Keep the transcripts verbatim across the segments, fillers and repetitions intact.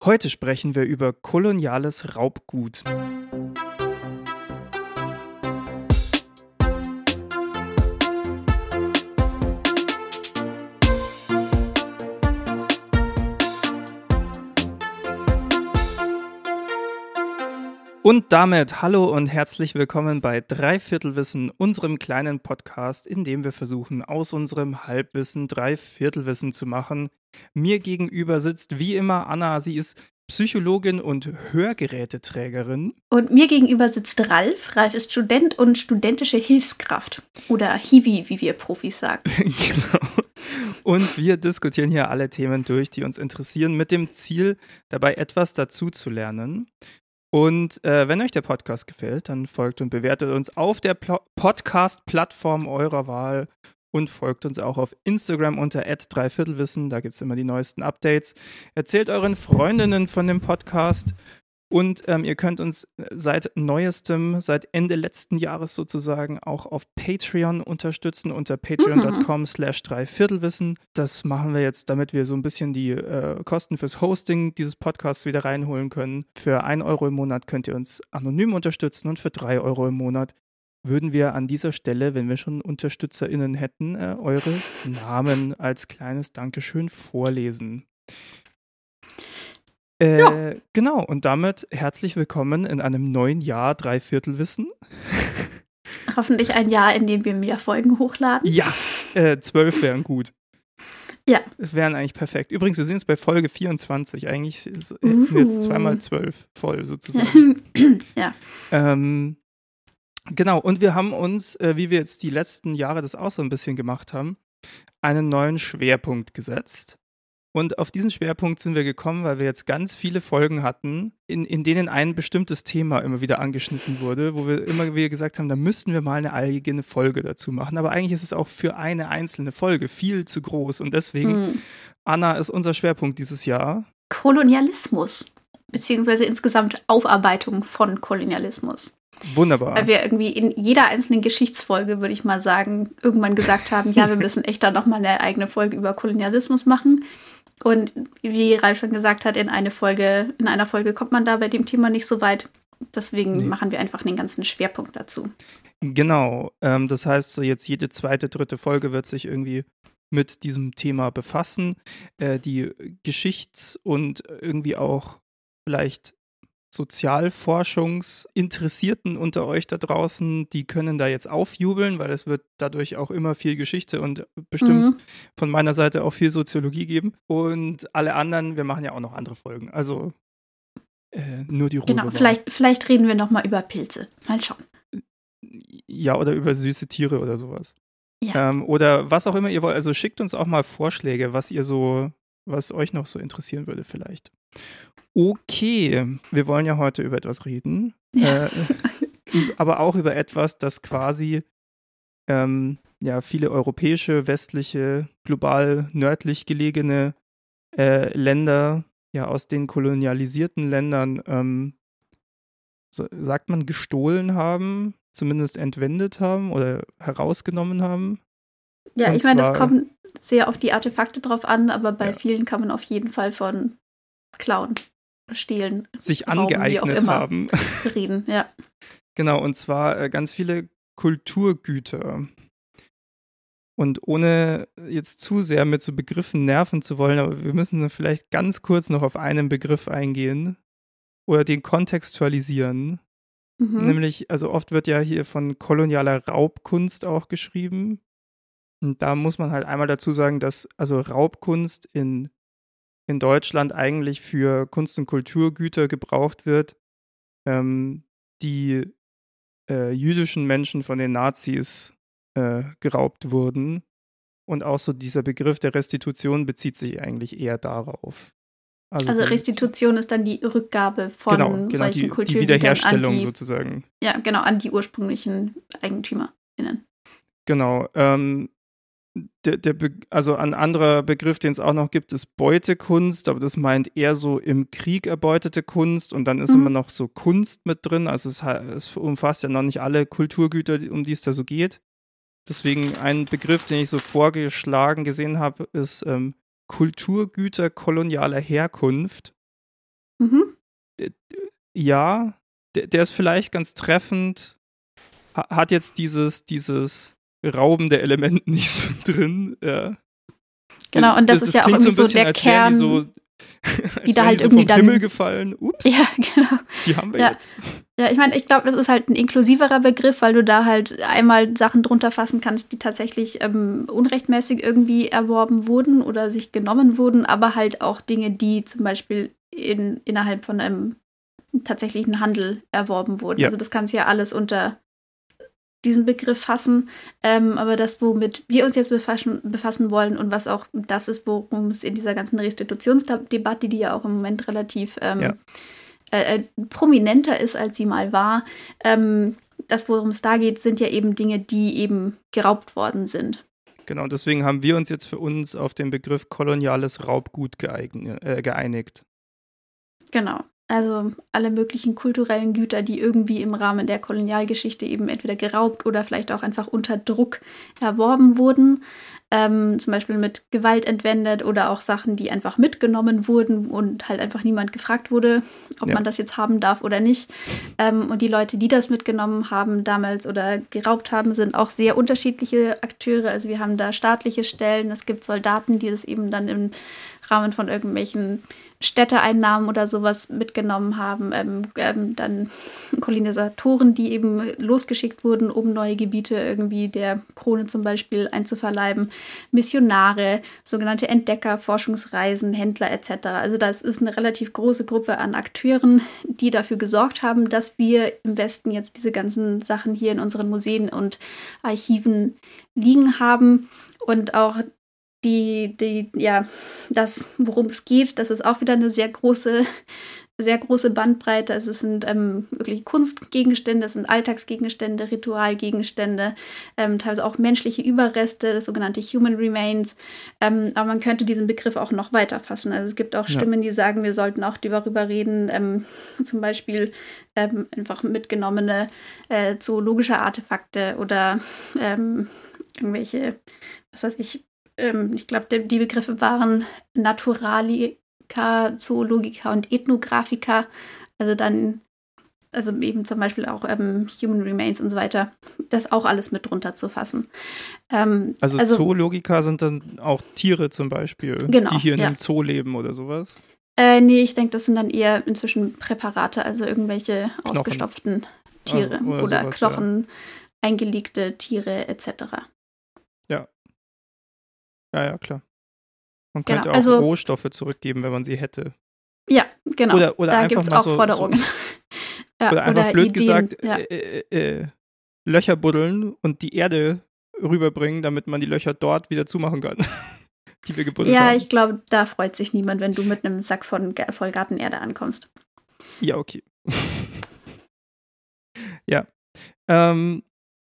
Heute sprechen wir über koloniales Raubgut. Und damit hallo und herzlich willkommen bei Dreiviertelwissen, unserem kleinen Podcast, in dem wir versuchen, aus unserem Halbwissen Dreiviertelwissen zu machen. Mir gegenüber sitzt wie immer Anna, sie ist Psychologin und Hörgeräteträgerin. Und mir gegenüber sitzt Ralf. Ralf ist Student und studentische Hilfskraft. Oder Hiwi, wie wir Profis sagen. Genau. Und wir diskutieren hier alle Themen durch, die uns interessieren, mit dem Ziel, dabei etwas dazu zu lernen. Und äh, wenn euch der Podcast gefällt, dann folgt und bewertet uns auf der Pl- Podcast-Plattform eurer Wahl und folgt uns auch auf Instagram unter at dreiviertelwissen. Da gibt es immer die neuesten Updates. Erzählt euren Freundinnen von dem Podcast und ähm, ihr könnt uns seit neuestem, seit Ende letzten Jahres sozusagen auch auf Patreon unterstützen unter patreon.com slash dreiviertelwissen. Das machen wir jetzt, damit wir so ein bisschen die äh, Kosten fürs Hosting dieses Podcasts wieder reinholen können. Für ein Euro im Monat könnt ihr uns anonym unterstützen und für drei Euro im Monat würden wir an dieser Stelle, wenn wir schon UnterstützerInnen hätten, äh, eure Namen als kleines Dankeschön vorlesen. Äh, Ja. Genau, und damit herzlich willkommen in einem neuen Jahr Dreiviertelwissen. Hoffentlich ein Jahr, in dem wir mehr Folgen hochladen. Ja, äh, zwölf wären gut. Ja. Wären eigentlich perfekt. Übrigens, wir sind jetzt bei Folge vierundzwanzig. Eigentlich ist, hätten wir jetzt zweimal zwölf voll sozusagen. Ja. Ähm, genau, und wir haben uns, äh, wie wir jetzt die letzten Jahre das auch so ein bisschen gemacht haben, einen neuen Schwerpunkt gesetzt. Und auf diesen Schwerpunkt sind wir gekommen, weil wir jetzt ganz viele Folgen hatten, in, in denen ein bestimmtes Thema immer wieder angeschnitten wurde, wo wir immer wieder gesagt haben, da müssten wir mal eine eigene Folge dazu machen. Aber eigentlich ist es auch für eine einzelne Folge viel zu groß. Und deswegen, hm. Anna, ist unser Schwerpunkt dieses Jahr Kolonialismus, beziehungsweise insgesamt Aufarbeitung von Kolonialismus. Wunderbar. Weil wir irgendwie in jeder einzelnen Geschichtsfolge, würde ich mal sagen, irgendwann gesagt haben, ja, wir müssen echt da nochmal eine eigene Folge über Kolonialismus machen. Und wie Ralf schon gesagt hat, in eine Folge, in einer Folge kommt man da bei dem Thema nicht so weit. Deswegen nee. machen wir einfach den ganzen Schwerpunkt dazu. Genau. Ähm, das heißt, so jetzt jede zweite, dritte Folge wird sich irgendwie mit diesem Thema befassen. Äh, die Geschichts- und irgendwie auch vielleicht Sozialforschungsinteressierten unter euch da draußen, die können da jetzt aufjubeln, weil es wird dadurch auch immer viel Geschichte und bestimmt mhm. von meiner Seite auch viel Soziologie geben. Und alle anderen, wir machen ja auch noch andere Folgen. Also äh, nur die Ruhe. Genau, vielleicht, vielleicht reden wir nochmal über Pilze. Mal schauen. Ja, oder über süße Tiere oder sowas. Ja. Ähm, oder was auch immer ihr wollt. Also schickt uns auch mal Vorschläge, was ihr so, was euch noch so interessieren würde vielleicht. Okay, wir wollen ja heute über etwas reden, ja. äh, aber auch über etwas, das quasi ähm, ja, viele europäische, westliche, global nördlich gelegene äh, Länder, ja aus den kolonialisierten Ländern, ähm, so, sagt man, gestohlen haben, zumindest entwendet haben oder herausgenommen haben. Ja, Und ich meine, zwar, das kommt sehr auf die Artefakte drauf an, aber bei ja. vielen kann man auf jeden Fall von klauen, stehlen, sich Rauben, angeeignet haben. Reden, ja. Genau, und zwar äh, ganz viele Kulturgüter. Und ohne jetzt zu sehr mit so Begriffen nerven zu wollen, aber wir müssen vielleicht ganz kurz noch auf einen Begriff eingehen oder den kontextualisieren. Mhm. Nämlich, also oft wird ja hier von kolonialer Raubkunst auch geschrieben. Und da muss man halt einmal dazu sagen, dass also Raubkunst in in Deutschland eigentlich für Kunst- und Kulturgüter gebraucht wird, ähm, die äh, jüdischen Menschen von den Nazis äh, geraubt wurden. Und auch so dieser Begriff der Restitution bezieht sich eigentlich eher darauf. Also, also Restitution ist dann die Rückgabe von genau, genau, solchen die, Kulturgütern die Wiederherstellung an die, sozusagen. Ja, genau, an die ursprünglichen EigentümerInnen. Genau, ähm, Der, der Be- also ein anderer Begriff, den es auch noch gibt, ist Beutekunst, aber das meint eher so im Krieg erbeutete Kunst und dann ist mhm. immer noch so Kunst mit drin, also es, es umfasst ja noch nicht alle Kulturgüter, um die es da so geht. Deswegen ein Begriff, den ich so vorgeschlagen gesehen habe, ist ähm, Kulturgüter kolonialer Herkunft. Mhm. Ja, der, der ist vielleicht ganz treffend, ha- hat jetzt dieses, dieses raubende Element nicht so drin. Ja. Genau, und das, das ist ja auch klingt irgendwie so ein so bisschen, der als wären Kern, die so, als die da wären halt die so irgendwie vom dann. Himmel gefallen. Ups, Ja, genau. die haben wir Ja. jetzt. Ja, ich meine, ich glaube, es ist halt ein inklusiverer Begriff, weil du da halt einmal Sachen drunter fassen kannst, die tatsächlich ähm, unrechtmäßig irgendwie erworben wurden oder sich genommen wurden, aber halt auch Dinge, die zum Beispiel in, innerhalb von einem tatsächlichen Handel erworben wurden. Ja. Also das kannst du ja alles unter diesen Begriff fassen. Ähm, aber das, womit wir uns jetzt befassen, befassen wollen und was auch das ist, worum es in dieser ganzen Restitutionsdebatte, die ja auch im Moment relativ ähm, Ja. äh, prominenter ist, als sie mal war, ähm, das, worum es da geht, sind ja eben Dinge, die eben geraubt worden sind. Genau, deswegen haben wir uns jetzt für uns auf den Begriff koloniales Raubgut geeignet, äh, geeinigt. Genau. Also alle möglichen kulturellen Güter, die irgendwie im Rahmen der Kolonialgeschichte eben entweder geraubt oder vielleicht auch einfach unter Druck erworben wurden. Ähm, zum Beispiel mit Gewalt entwendet oder auch Sachen, die einfach mitgenommen wurden und halt einfach niemand gefragt wurde, ob Ja. man das jetzt haben darf oder nicht. Ähm, und die Leute, die das mitgenommen haben damals oder geraubt haben, sind auch sehr unterschiedliche Akteure. Also wir haben da staatliche Stellen, es gibt Soldaten, die das eben dann im Rahmen von irgendwelchen Städteeinnahmen oder sowas mitgenommen haben, ähm, ähm, dann Kolonisatoren, die eben losgeschickt wurden, um neue Gebiete irgendwie der Krone zum Beispiel einzuverleiben, Missionare, sogenannte Entdecker, Forschungsreisen, Händler et cetera. Also das ist eine relativ große Gruppe an Akteuren, die dafür gesorgt haben, dass wir im Westen jetzt diese ganzen Sachen hier in unseren Museen und Archiven liegen haben und auch Die, die, ja, das, worum es geht, das ist auch wieder eine sehr große, sehr große Bandbreite. Also es sind ähm, wirklich Kunstgegenstände, es sind Alltagsgegenstände, Ritualgegenstände, ähm, teilweise auch menschliche Überreste, das sogenannte Human Remains. Ähm, aber man könnte diesen Begriff auch noch weiter fassen. Also es gibt auch Ja. Stimmen, die sagen, wir sollten auch darüber reden, ähm, zum Beispiel ähm, einfach mitgenommene äh, zoologische Artefakte oder ähm, irgendwelche, was weiß ich, ich glaube, die Begriffe waren Naturalika, Zoologika und Ethnographica. Also dann, also eben zum Beispiel auch ähm, Human Remains und so weiter. Das auch alles mit drunter zu fassen. Ähm, Also, also Zoologika sind dann auch Tiere zum Beispiel, Genau, die hier in ja. einem Zoo leben oder sowas. Äh, nee, ich denke, das sind dann eher inzwischen Präparate, also irgendwelche Knochen. ausgestopften Tiere Also, oder oder sowas, Knochen, eingelegte Tiere et cetera. Ja. Ja, ja, klar. Man Genau, könnte auch also- Rohstoffe zurückgeben, wenn man sie hätte. Ja, genau. Oder- oder da einfach gibt es mal auch so- Forderungen. ja, Oder einfach blöd Ideen, gesagt, ja. äh, äh, äh, Löcher buddeln und die Erde rüberbringen, damit man die Löcher dort wieder zumachen kann, die wir gebuddelt Ja, haben. ich glaube, da freut sich niemand, wenn du mit einem Sack von Ga- voll Gartenerde ankommst. Ja, okay. ja. Ähm,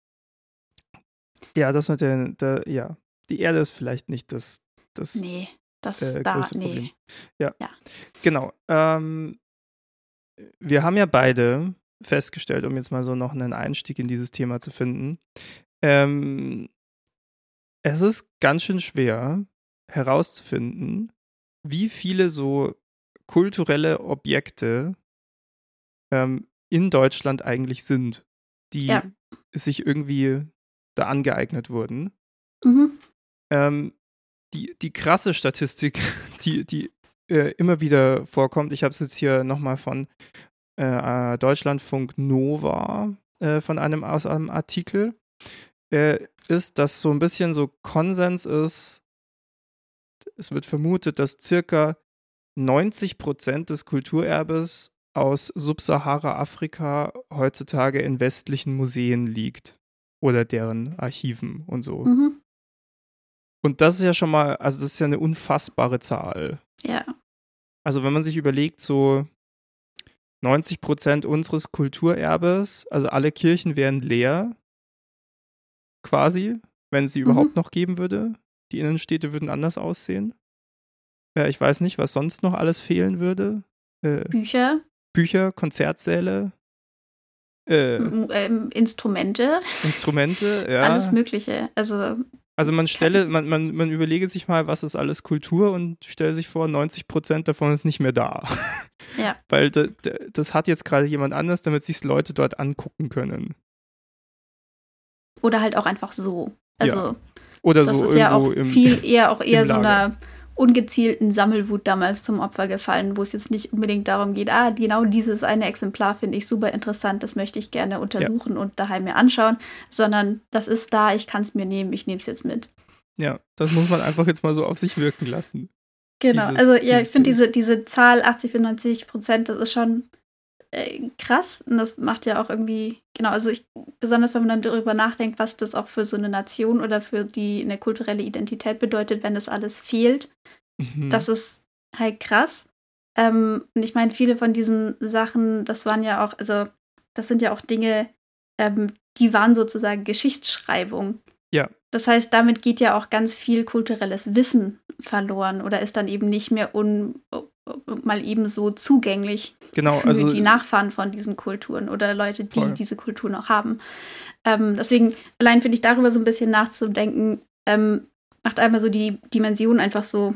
ja, das mit der, der, ja. Die Erde ist vielleicht nicht das, das Nee, das äh, da, größte nee. Problem. Ja. Ja. Genau. Ähm, wir haben ja beide festgestellt, um jetzt mal so noch einen Einstieg in dieses Thema zu finden, ähm, es ist ganz schön schwer herauszufinden, wie viele so kulturelle Objekte ähm, in Deutschland eigentlich sind, die Ja. sich irgendwie da angeeignet wurden. Mhm. Ähm, die, die krasse Statistik, die, die äh, immer wieder vorkommt, ich habe es jetzt hier nochmal von äh, Deutschlandfunk Nova, äh, von einem aus einem Artikel, äh, ist, dass so ein bisschen so Konsens ist, es wird vermutet, dass circa neunzig Prozent des Kulturerbes aus Subsahara-Afrika heutzutage in westlichen Museen liegt oder deren Archiven und so. Mhm. Und das ist ja schon mal, also das ist ja eine unfassbare Zahl. Ja. Also wenn man sich überlegt, so neunzig Prozent unseres Kulturerbes, also alle Kirchen wären leer, quasi, wenn es sie Mhm. überhaupt noch geben würde. Die Innenstädte würden anders aussehen. Ja, ich weiß nicht, was sonst noch alles fehlen würde. Äh, Bücher, Bücher, Konzertsäle, äh, m- ähm, Instrumente, Instrumente, ja. alles Mögliche. Also Also man stelle, man, man, man überlege sich mal, was ist alles Kultur und stelle sich vor, neunzig Prozent davon ist nicht mehr da. Ja. Weil d- d- das hat jetzt gerade jemand anders, damit sich Leute dort angucken können. Oder halt auch einfach so. Also Ja. Oder das so ist ja auch irgendwo im viel eher auch eher im so Lager. einer ungezielten Sammelwut damals zum Opfer gefallen, wo es jetzt nicht unbedingt darum geht, ah, genau dieses eine Exemplar finde ich super interessant, das möchte ich gerne untersuchen ja. und daheim mir anschauen, sondern das ist da, ich kann es mir nehmen, ich nehme es jetzt mit. Ja, das muss man einfach jetzt mal so auf sich wirken lassen. Genau, dieses, also ja, ich finde Bild. diese, diese Zahl achtzig bis neunzig Prozent, das ist schon äh, krass und das macht ja auch irgendwie, genau, also ich, besonders wenn man dann darüber nachdenkt, was das auch für so eine Nation oder für die eine kulturelle Identität bedeutet, wenn das alles fehlt, mhm. das ist halt krass. Ähm, und ich meine, viele von diesen Sachen, das waren ja auch, also das sind ja auch Dinge, ähm, die waren sozusagen Geschichtsschreibung. Ja. Das heißt, damit geht ja auch ganz viel kulturelles Wissen verloren oder ist dann eben nicht mehr un, mal eben so zugänglich genau, für also, die Nachfahren von diesen Kulturen oder Leute, die voll. diese Kultur noch haben. Ähm, deswegen, allein finde ich darüber so ein bisschen nachzudenken, ähm, macht einmal so die Dimension einfach so,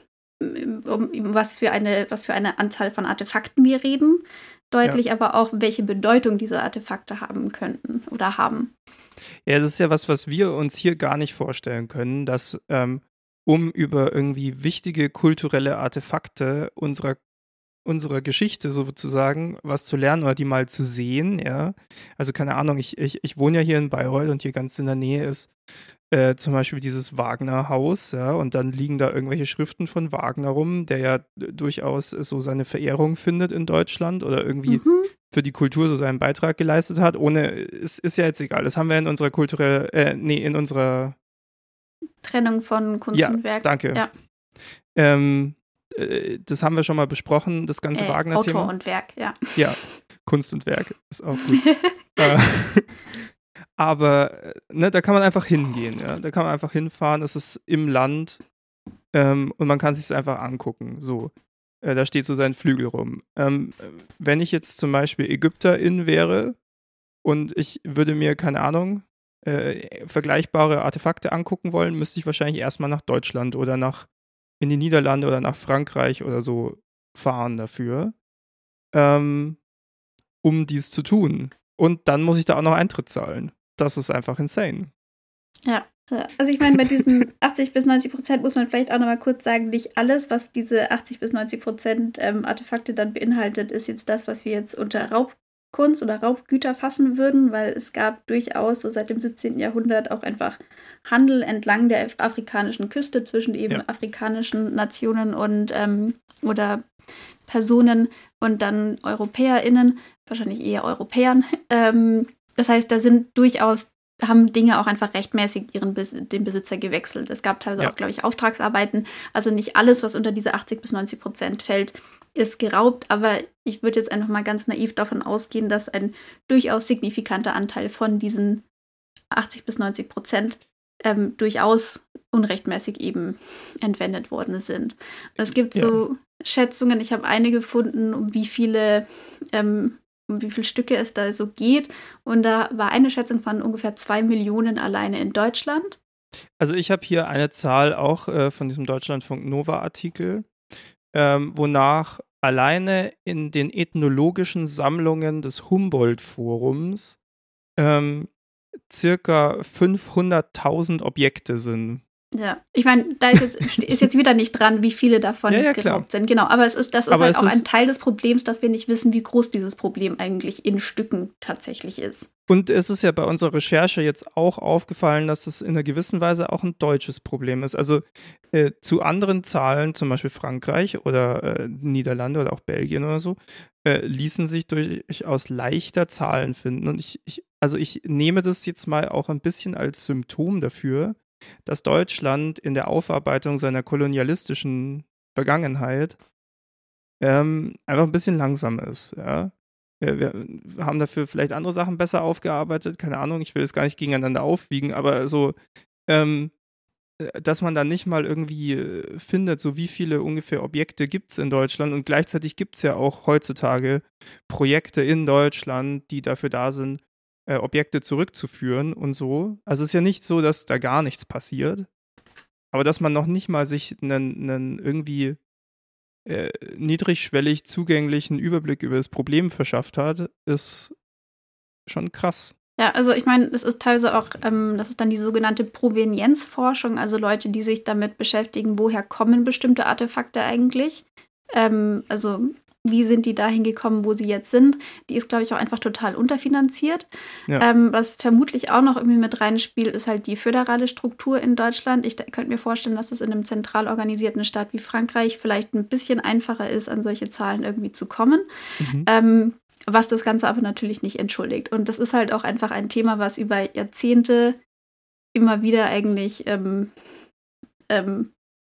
um, um was für eine, was für eine Anzahl von Artefakten wir reden, deutlich, ja. aber auch, welche Bedeutung diese Artefakte haben könnten oder haben. Ja, das ist ja was, was wir uns hier gar nicht vorstellen können, dass ähm, um über irgendwie wichtige kulturelle Artefakte unserer, unserer Geschichte sozusagen was zu lernen oder die mal zu sehen, ja. Also keine Ahnung, ich, ich, ich wohne ja hier in Bayreuth und hier ganz in der Nähe ist äh, zum Beispiel dieses Wagner-Haus, ja, und dann liegen da irgendwelche Schriften von Wagner rum, der ja durchaus so seine Verehrung findet in Deutschland oder irgendwie mhm. für die Kultur so seinen Beitrag geleistet hat, ohne, ist, ist ja jetzt egal, das haben wir in unserer kulturellen, äh, nee, in unserer Trennung von Kunst ja, und Werk. Danke. Ja, ähm, äh, das haben wir schon mal besprochen, das ganze äh, Wagner-Thema. Autor und Werk, ja. Ja, Kunst und Werk ist auch gut. äh, aber ne, da kann man einfach hingehen, ja? Da kann man einfach hinfahren, es ist im Land ähm, und man kann sich es einfach angucken, so. Äh, da steht so sein Flügel rum. Ähm, wenn ich jetzt zum Beispiel Ägypterin wäre und ich würde mir, keine Ahnung, äh, vergleichbare Artefakte angucken wollen, müsste ich wahrscheinlich erstmal nach Deutschland oder nach in die Niederlande oder nach Frankreich oder so fahren dafür, ähm, um dies zu tun. Und dann muss ich da auch noch Eintritt zahlen. Das ist einfach insane. Ja, also ich meine, bei diesen achtzig bis neunzig Prozent muss man vielleicht auch noch mal kurz sagen, nicht alles, was diese achtzig bis neunzig Prozent ähm, Artefakte dann beinhaltet, ist jetzt das, was wir jetzt unter Raubkunst oder Raubgüter fassen würden, weil es gab durchaus so seit dem siebzehnten Jahrhundert auch einfach Handel entlang der afrikanischen Küste zwischen eben ja. afrikanischen Nationen und ähm, oder Personen und dann EuropäerInnen, wahrscheinlich eher Europäern. Ähm, das heißt, da sind durchaus, haben Dinge auch einfach rechtmäßig ihren Bes- den Besitzer gewechselt. Es gab teilweise ja. auch, glaube ich, Auftragsarbeiten. Also nicht alles, was unter diese achtzig bis neunzig Prozent fällt, ist geraubt. Aber ich würde jetzt einfach mal ganz naiv davon ausgehen, dass ein durchaus signifikanter Anteil von diesen achtzig bis neunzig Prozent ähm, durchaus unrechtmäßig eben entwendet worden sind. Es gibt ja. so Schätzungen, ich habe eine gefunden, um wie viele ähm, um wie viele Stücke es da so geht. Und da war eine Schätzung von ungefähr zwei Millionen alleine in Deutschland. Also ich habe hier eine Zahl auch äh, von diesem Deutschlandfunk Nova-Artikel, ähm, wonach alleine in den ethnologischen Sammlungen des Humboldt-Forums ähm, circa fünfhunderttausend Objekte sind. Ja, ich meine, da ist jetzt, ist jetzt wieder nicht dran, wie viele davon ja, ja, geraubt sind. Genau, aber es ist, das ist aber halt auch ist ein Teil des Problems, dass wir nicht wissen, wie groß dieses Problem eigentlich in Stücken tatsächlich ist. Und es ist ja bei unserer Recherche jetzt auch aufgefallen, dass es in einer gewissen Weise auch ein deutsches Problem ist. Also äh, zu anderen Zahlen, zum Beispiel Frankreich oder äh, Niederlande oder auch Belgien oder so, äh, ließen sich durchaus leichter Zahlen finden. Und ich, ich, also ich nehme das jetzt mal auch ein bisschen als Symptom dafür, dass Deutschland in der Aufarbeitung seiner kolonialistischen Vergangenheit ähm, einfach ein bisschen langsam ist, ja. Wir, wir haben dafür vielleicht andere Sachen besser aufgearbeitet, keine Ahnung, ich will es gar nicht gegeneinander aufwiegen, aber so, ähm, dass man dann nicht mal irgendwie findet, so wie viele ungefähr Objekte gibt es in Deutschland und gleichzeitig gibt es ja auch heutzutage Projekte in Deutschland, die dafür da sind, äh, Objekte zurückzuführen und so. Also es ist ja nicht so, dass da gar nichts passiert, aber dass man noch nicht mal sich einen, einen irgendwie äh, niedrigschwellig zugänglichen Überblick über das Problem verschafft hat, ist schon krass. Ja, also ich meine, es ist teilweise auch, ähm, das ist dann die sogenannte Provenienzforschung, also Leute, die sich damit beschäftigen, woher kommen bestimmte Artefakte eigentlich. Ähm, also wie sind die dahin gekommen, wo sie jetzt sind? Die ist, glaube ich, auch einfach total unterfinanziert. Ja. Ähm, was vermutlich auch noch irgendwie mit reinspielt, ist halt die föderale Struktur in Deutschland. Ich könnte mir vorstellen, dass es in einem zentral organisierten Staat wie Frankreich vielleicht ein bisschen einfacher ist, an solche Zahlen irgendwie zu kommen. Mhm. Ähm, was das Ganze aber natürlich nicht entschuldigt. Und das ist halt auch einfach ein Thema, was über Jahrzehnte immer wieder eigentlich ähm, ähm,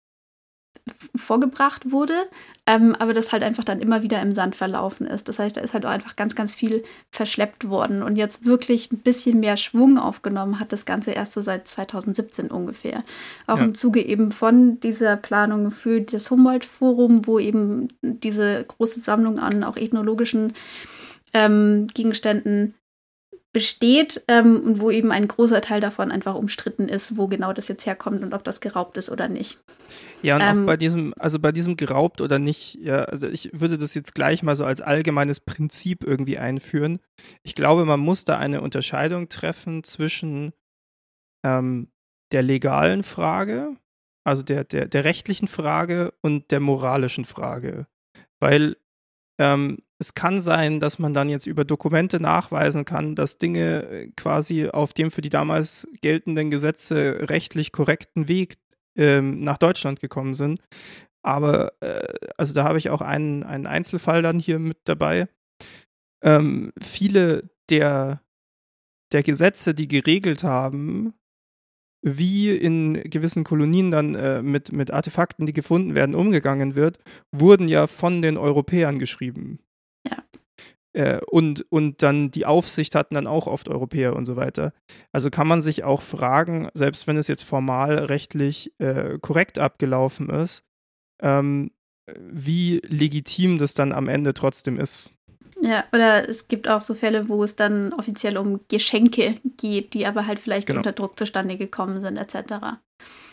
vorgebracht wurde, ähm, aber das halt einfach dann immer wieder im Sand verlaufen ist. Das heißt, da ist halt auch einfach ganz, ganz viel verschleppt worden und jetzt wirklich ein bisschen mehr Schwung aufgenommen hat das Ganze erst so seit zweitausendsiebzehn ungefähr. Auch ja. im Zuge eben von dieser Planung für das Humboldt-Forum, wo eben diese große Sammlung an auch ethnologischen ähm, Gegenständen besteht ähm, und wo eben ein großer Teil davon einfach umstritten ist, wo genau das jetzt herkommt und ob das geraubt ist oder nicht. Ja, und ähm, auch bei diesem, also bei diesem geraubt oder nicht, ja, also ich würde das jetzt gleich mal so als allgemeines Prinzip irgendwie einführen. Ich glaube, man muss da eine Unterscheidung treffen zwischen ähm, der legalen Frage, also der, der, der rechtlichen Frage und der moralischen Frage. Weil ähm, es kann sein, dass man dann jetzt über Dokumente nachweisen kann, dass Dinge quasi auf dem für die damals geltenden Gesetze rechtlich korrekten Weg ähm, nach Deutschland gekommen sind. Aber, äh, also da habe ich auch einen, einen Einzelfall dann hier mit dabei. Ähm, viele der, der Gesetze, die geregelt haben, wie in gewissen Kolonien dann äh, mit, mit Artefakten, die gefunden werden, umgegangen wird, wurden ja von den Europäern geschrieben. Ja. Äh, und, und dann die Aufsicht hatten dann auch oft Europäer und so weiter. Also kann man sich auch fragen, selbst wenn es jetzt formal rechtlich äh, korrekt abgelaufen ist, ähm, wie legitim das dann am Ende trotzdem ist. Ja, oder es gibt auch so Fälle, wo es dann offiziell um Geschenke geht, die aber halt vielleicht genau. unter Druck zustande gekommen sind, et cetera.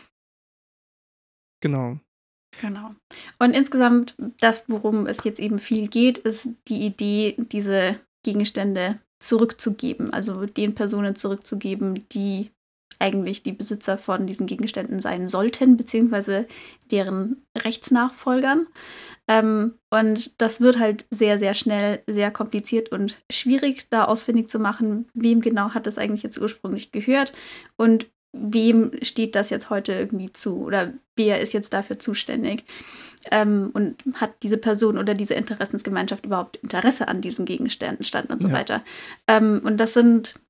Genau. Genau. Und insgesamt, das, worum es jetzt eben viel geht, ist die Idee, diese Gegenstände zurückzugeben, also den Personen zurückzugeben, die eigentlich die Besitzer von diesen Gegenständen sein sollten, beziehungsweise deren Rechtsnachfolgern. Ähm, und das wird halt sehr, sehr schnell sehr kompliziert und schwierig, da ausfindig zu machen, wem genau hat das eigentlich jetzt ursprünglich gehört und wem steht das jetzt heute irgendwie zu oder wer ist jetzt dafür zuständig ähm, und hat diese Person oder diese Interessensgemeinschaft überhaupt Interesse an diesem Gegenstand und so ja. weiter. Ähm, und das sind,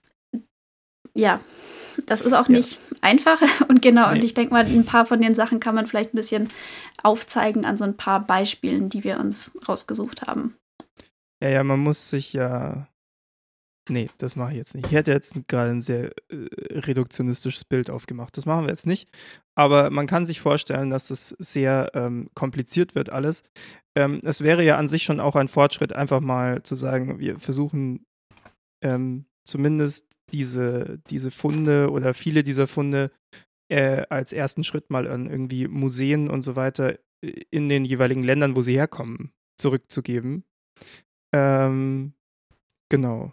ja, das ist auch nicht ja. einfach und genau, nee. Und ich denke mal, ein paar von den Sachen kann man vielleicht ein bisschen aufzeigen an so ein paar Beispielen, die wir uns rausgesucht haben. Ja, ja, man muss sich ja, nee, das mache ich jetzt nicht. Ich hätte jetzt gerade ein sehr äh, reduktionistisches Bild aufgemacht, das machen wir jetzt nicht, aber man kann sich vorstellen, dass es sehr ähm, kompliziert wird alles. Ähm, es wäre ja an sich schon auch ein Fortschritt, einfach mal zu sagen, wir versuchen ähm, zumindest diese, diese Funde oder viele dieser Funde äh, als ersten Schritt mal an irgendwie Museen und so weiter in den jeweiligen Ländern, wo sie herkommen, zurückzugeben. Ähm, genau.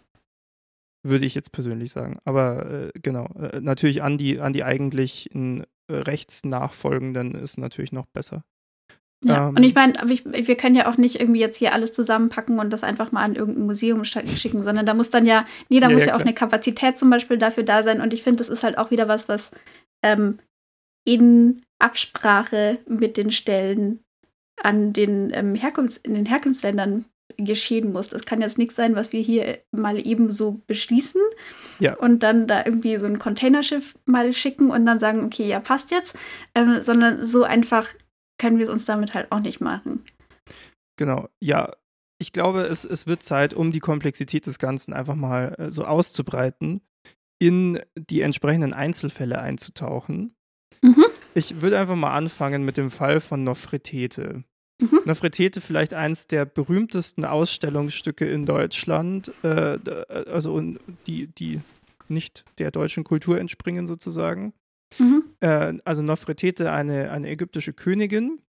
Würde ich jetzt persönlich sagen. Aber äh, genau, äh, natürlich an die, an die eigentlichen äh, Rechtsnachfolgenden ist natürlich noch besser. Ja, ähm, und ich meine, wir können ja auch nicht irgendwie jetzt hier alles zusammenpacken und das einfach mal an irgendein Museum schicken, sondern da muss dann ja, nee, da ja, muss ja, ja auch eine Kapazität zum Beispiel dafür da sein. Und ich finde, das ist halt auch wieder was, was ähm, in Absprache mit den Stellen an den ähm, Herkunfts-, in den Herkunftsländern geschehen muss. Das kann jetzt nichts sein, was wir hier mal eben so beschließen ja. und dann da irgendwie so ein Containerschiff mal schicken und dann sagen, okay, ja, passt jetzt, ähm, sondern so einfach können wir es uns damit halt auch nicht machen. Genau, ja. Ich glaube, es, es wird Zeit, um die Komplexität des Ganzen einfach mal äh, so auszubreiten, in die entsprechenden Einzelfälle einzutauchen. Mhm. Ich würde einfach mal anfangen mit dem Fall von Nofretete. Mhm. Nofretete vielleicht eins der berühmtesten Ausstellungsstücke in Deutschland, äh, also die, die nicht der deutschen Kultur entspringen sozusagen. Mhm. Äh, also Nofretete, eine, eine ägyptische Königin.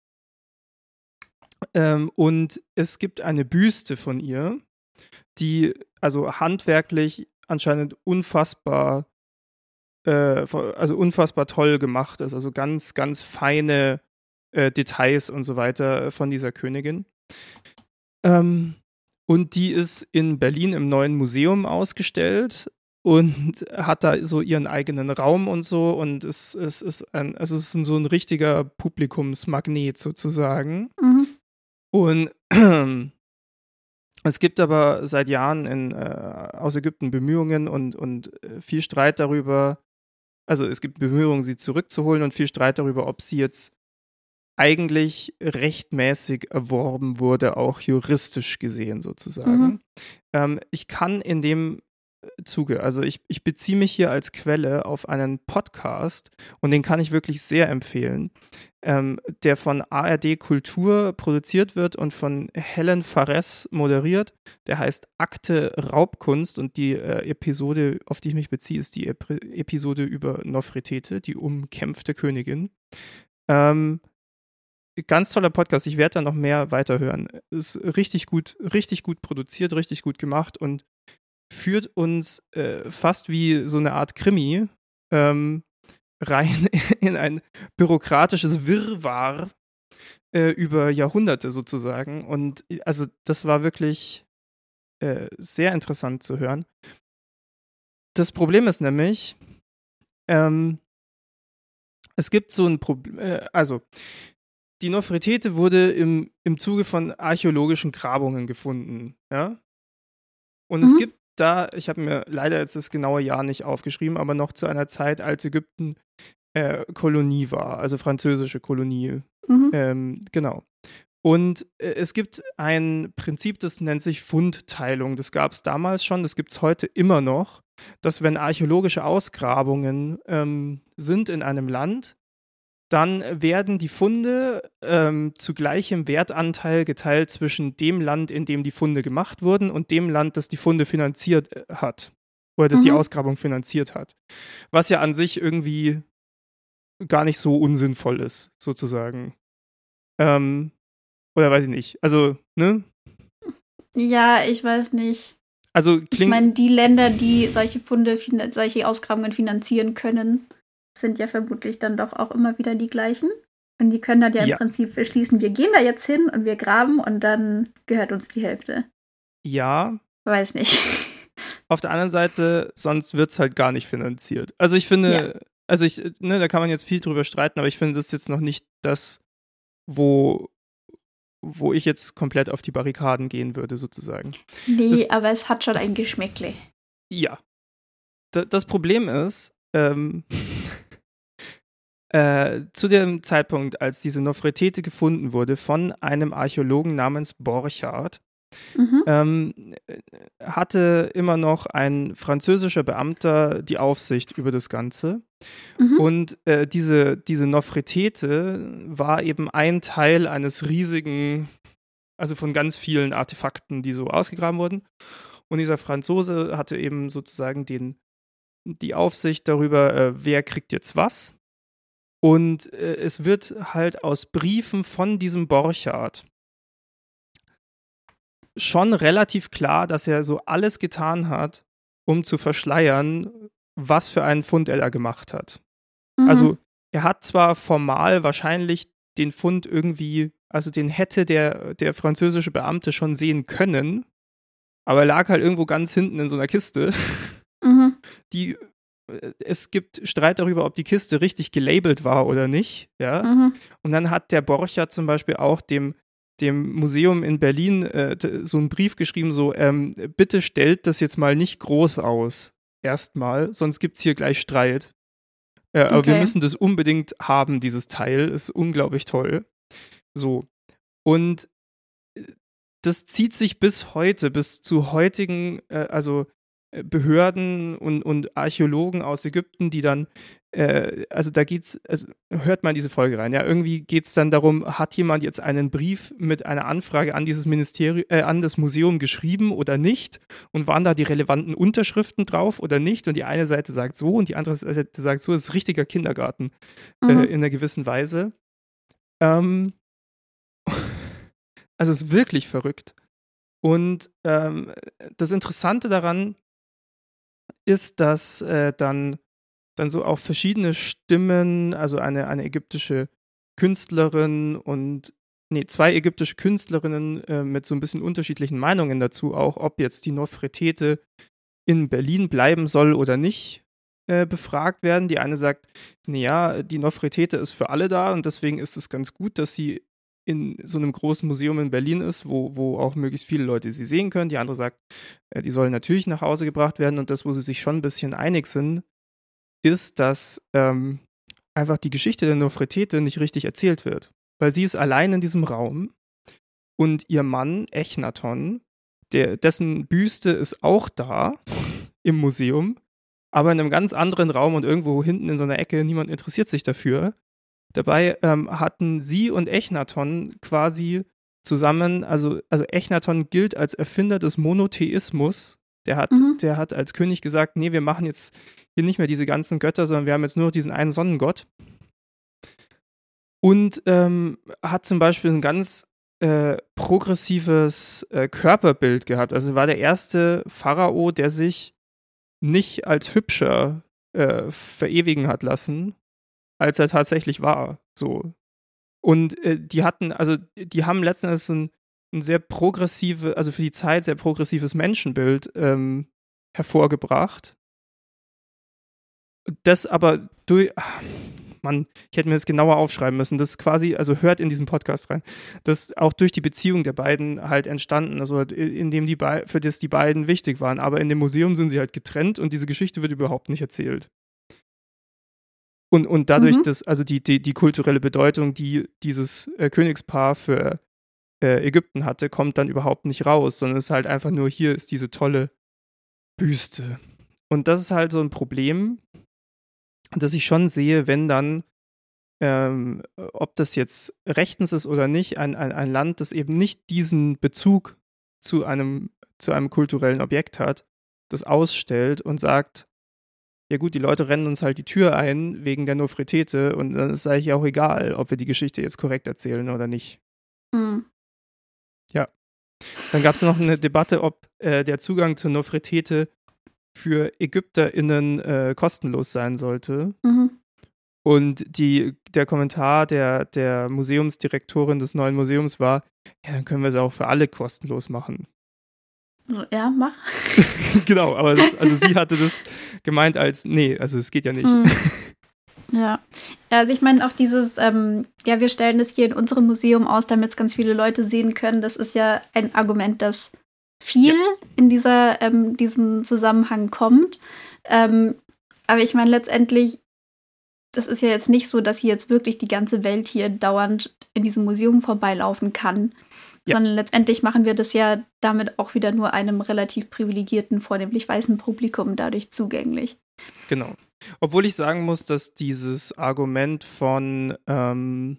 Ähm, und es gibt eine Büste von ihr, die also handwerklich anscheinend unfassbar, äh, also unfassbar toll gemacht ist. Also ganz, ganz feine äh, Details und so weiter von dieser Königin. Ähm, und die ist in Berlin im Neuen Museum ausgestellt und hat da so ihren eigenen Raum und so. Und es, es, ist, ein, es ist so ein richtiger Publikumsmagnet sozusagen. Mhm. Und es gibt aber seit Jahren in, äh, aus Ägypten Bemühungen und, und äh, viel Streit darüber, also es gibt Bemühungen, sie zurückzuholen und viel Streit darüber, ob sie jetzt eigentlich rechtmäßig erworben wurde, auch juristisch gesehen sozusagen. Mhm. Ähm, ich kann in dem Zuge, also ich, ich beziehe mich hier als Quelle auf einen Podcast und den kann ich wirklich sehr empfehlen, ähm, der von A R D Kultur produziert wird und von Helen Fares moderiert. Der heißt Akte Raubkunst und die äh, Episode, auf die ich mich beziehe, ist die Ep- Episode über Nofretete, die umkämpfte Königin. Ähm, Ganz toller Podcast. Ich werde da noch mehr weiterhören. Ist richtig gut, richtig gut produziert, richtig gut gemacht und führt uns äh, fast wie so eine Art Krimi ähm, rein in ein bürokratisches Wirrwarr äh, über Jahrhunderte sozusagen. Und also das war wirklich äh, sehr interessant zu hören. Das Problem ist nämlich, ähm, es gibt so ein Problem, äh, also die Nofretete wurde im, im Zuge von archäologischen Grabungen gefunden, ja. Und es Mhm. gibt da, ich habe mir leider jetzt das genaue Jahr nicht aufgeschrieben, aber noch zu einer Zeit, als Ägypten äh, Kolonie war, also französische Kolonie. Mhm. Ähm, genau. Und äh, es gibt ein Prinzip, das nennt sich Fundteilung. Das gab es damals schon, das gibt es heute immer noch, dass wenn archäologische Ausgrabungen ähm, sind in einem Land, dann werden die Funde ähm, zu gleichem Wertanteil geteilt zwischen dem Land, in dem die Funde gemacht wurden, und dem Land, das die Funde finanziert äh, hat. Oder das die Mhm. Ausgrabung finanziert hat. Was ja an sich irgendwie gar nicht so unsinnvoll ist, sozusagen. Ähm, oder weiß ich nicht. Also, ne? Ja, ich weiß nicht. Also Ich klingt. meine, die Länder, die solche Funde, fin- solche Ausgrabungen finanzieren können, sind ja vermutlich dann doch auch immer wieder die gleichen. Und die können dann ja im Ja. Prinzip beschließen, wir gehen da jetzt hin und wir graben und dann gehört uns die Hälfte. Ja. Weiß nicht. Auf der anderen Seite, sonst wird es halt gar nicht finanziert. Also ich finde, Ja. also ich, ne, da kann man jetzt viel drüber streiten, aber ich finde, das ist jetzt noch nicht das, wo, wo ich jetzt komplett auf die Barrikaden gehen würde, sozusagen. Nee, Das- aber es hat schon ein Geschmäckle. Ja. Da, das Problem ist, ähm, äh, zu dem Zeitpunkt, als diese Nofretete gefunden wurde von einem Archäologen namens Borchardt, Mhm. ähm, hatte immer noch ein französischer Beamter die Aufsicht über das Ganze. Mhm. Und äh, diese, diese Nofretete war eben ein Teil eines riesigen, also von ganz vielen Artefakten, die so ausgegraben wurden. Und dieser Franzose hatte eben sozusagen den, die Aufsicht darüber, äh, wer kriegt jetzt was. Und äh, es wird halt aus Briefen von diesem Borchardt schon relativ klar, dass er so alles getan hat, um zu verschleiern, was für einen Fund er da gemacht hat. Mhm. Also er hat zwar formal wahrscheinlich den Fund irgendwie, also den hätte der, der französische Beamte schon sehen können, aber er lag halt irgendwo ganz hinten in so einer Kiste, Mhm. die äh, es gibt Streit darüber, ob die Kiste richtig gelabelt war oder nicht, ja. Mhm. Und dann hat der Borchardt zum Beispiel auch dem, dem Museum in Berlin äh, t- so einen Brief geschrieben, so, ähm, bitte stellt das jetzt mal nicht groß aus, erstmal, sonst gibt es hier gleich Streit. Äh, aber wir Okay. müssen das unbedingt haben, dieses Teil, ist unglaublich toll. So. Und äh, das zieht sich bis heute, bis zu heutigen, äh, also äh, Behörden und, und Archäologen aus Ägypten, die dann äh, also da geht's, also hört mal in diese Folge rein, ja, irgendwie geht es dann darum, hat jemand jetzt einen Brief mit einer Anfrage an dieses Ministerium, äh, an das Museum geschrieben oder nicht und waren da die relevanten Unterschriften drauf oder nicht und die eine Seite sagt so und die andere Seite sagt so, es ist richtiger Kindergarten Mhm. äh, in einer gewissen Weise. Ähm, also es ist wirklich verrückt. Und ähm, das Interessante daran ist, dass äh, dann, dann so auch verschiedene Stimmen, also eine, eine ägyptische Künstlerin und, nee, zwei ägyptische Künstlerinnen äh, mit so ein bisschen unterschiedlichen Meinungen dazu, auch ob jetzt die Nofretete in Berlin bleiben soll oder nicht, äh, befragt werden. Die eine sagt, naja, die Nofretete ist für alle da und deswegen ist es ganz gut, dass sie in so einem großen Museum in Berlin ist, wo, wo auch möglichst viele Leute sie sehen können. Die andere sagt, äh, die sollen natürlich nach Hause gebracht werden und das, wo sie sich schon ein bisschen einig sind, ist, dass ähm, einfach die Geschichte der Nofretete nicht richtig erzählt wird. Weil sie ist allein in diesem Raum und ihr Mann, Echnaton, der, dessen Büste ist auch da im Museum, aber in einem ganz anderen Raum und irgendwo hinten in so einer Ecke, niemand interessiert sich dafür. Dabei ähm, hatten sie und Echnaton quasi zusammen, also, also Echnaton gilt als Erfinder des Monotheismus. Der hat, Mhm. der hat als König gesagt, nee, wir machen jetzt hier nicht mehr diese ganzen Götter, sondern wir haben jetzt nur noch diesen einen Sonnengott. Und ähm, hat zum Beispiel ein ganz äh, progressives äh, Körperbild gehabt. Also war der erste Pharao, der sich nicht als hübscher äh, verewigen hat lassen, als er tatsächlich war. So. Und äh, die hatten, also die haben letzten Endes ein, ein sehr progressive, also für die Zeit sehr progressives Menschenbild ähm, hervorgebracht. Das aber durch, ach, Mann, ich hätte mir das genauer aufschreiben müssen. Das ist quasi, also hört in diesen Podcast rein, das auch durch die Beziehung der beiden halt entstanden, also in dem die Be- für das die beiden wichtig waren. Aber in dem Museum sind sie halt getrennt und diese Geschichte wird überhaupt nicht erzählt. Und, und dadurch, Mhm. dass, also die, die, die kulturelle Bedeutung, die dieses äh, Königspaar für äh, Ägypten hatte, kommt dann überhaupt nicht raus, sondern es ist halt einfach nur, hier ist diese tolle Büste. Und das ist halt so ein Problem, das ich schon sehe, wenn dann, ähm, ob das jetzt rechtens ist oder nicht, ein, ein, ein Land, das eben nicht diesen Bezug zu einem, zu einem kulturellen Objekt hat, das ausstellt und sagt, ja gut, die Leute rennen uns halt die Tür ein wegen der Nofretete und dann ist es eigentlich auch egal, ob wir die Geschichte jetzt korrekt erzählen oder nicht. Mhm. Ja. Dann gab es noch eine Debatte, ob äh, der Zugang zur Nofretete für ÄgypterInnen äh, kostenlos sein sollte. Mhm. Und die, der Kommentar der, der Museumsdirektorin des neuen Museums war, ja, dann können wir es auch für alle kostenlos machen. So, ja, mach. Genau, aber das, also sie hatte das gemeint als, nee, also es geht ja nicht. Mhm. Ja. Ja, also ich meine auch dieses, ähm, ja, wir stellen das hier in unserem Museum aus, damit es ganz viele Leute sehen können. Das ist ja ein Argument, das viel Ja. in dieser, ähm, diesem Zusammenhang kommt. Ähm, aber ich meine letztendlich, das ist ja jetzt nicht so, dass hier jetzt wirklich die ganze Welt hier dauernd in diesem Museum vorbeilaufen kann. Ja. Sondern letztendlich machen wir das ja damit auch wieder nur einem relativ privilegierten, vornehmlich weißen Publikum dadurch zugänglich. Genau. Obwohl ich sagen muss, dass dieses Argument von, ähm,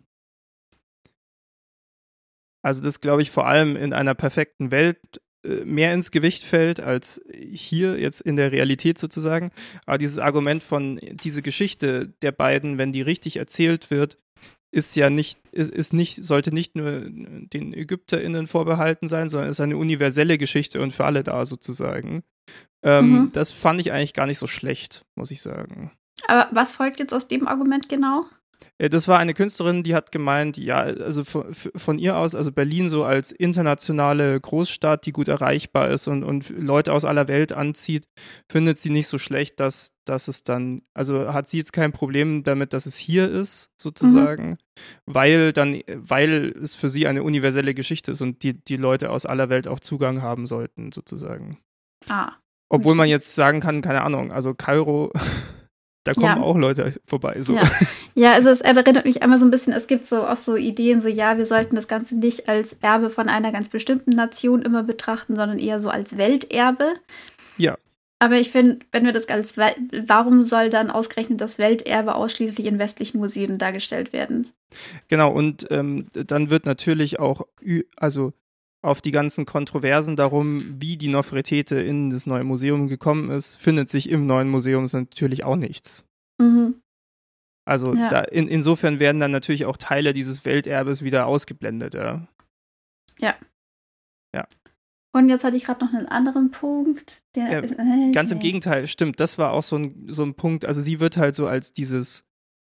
also das glaube ich vor allem in einer perfekten Welt äh, mehr ins Gewicht fällt als hier jetzt in der Realität sozusagen. Aber dieses Argument von diese Geschichte der beiden, wenn die richtig erzählt wird, ist ja nicht, ist, ist nicht, sollte nicht nur den ÄgypterInnen vorbehalten sein, sondern ist eine universelle Geschichte und für alle da sozusagen. Ähm, Mhm. Das fand ich eigentlich gar nicht so schlecht, muss ich sagen. Aber was folgt jetzt aus dem Argument genau? Äh, Das war eine Künstlerin, die hat gemeint, ja, also von, von ihr aus, also Berlin so als internationale Großstadt, die gut erreichbar ist und, und Leute aus aller Welt anzieht, findet sie nicht so schlecht, dass, dass es dann, also hat sie jetzt kein Problem damit, dass es hier ist, sozusagen, mhm. weil dann, weil es für sie eine universelle Geschichte ist und die, die Leute aus aller Welt auch Zugang haben sollten, sozusagen. Ah. Obwohl okay. man jetzt sagen kann, keine Ahnung, also Kairo, da kommen Ja. auch Leute vorbei. So. Ja. ja, also es erinnert mich einmal so ein bisschen, es gibt so auch so Ideen, so ja, wir sollten das Ganze nicht als Erbe von einer ganz bestimmten Nation immer betrachten, sondern eher so als Welterbe. Ja. Aber ich finde, wenn wir das als, Wel- warum soll dann ausgerechnet das Welterbe ausschließlich in westlichen Museen dargestellt werden? Genau, und ähm, dann wird natürlich auch, ü- also auf die ganzen Kontroversen darum, wie die Nofretete in das neue Museum gekommen ist, findet sich im neuen Museum natürlich auch nichts. Mhm. Also Ja. da in, insofern werden dann natürlich auch Teile dieses Welterbes wieder ausgeblendet, ja. Ja. Ja. Und jetzt hatte ich gerade noch einen anderen Punkt. Der, Ja, äh, Ganz im äh, Gegenteil, stimmt, das war auch so ein, so ein Punkt, also sie wird halt so als dieses,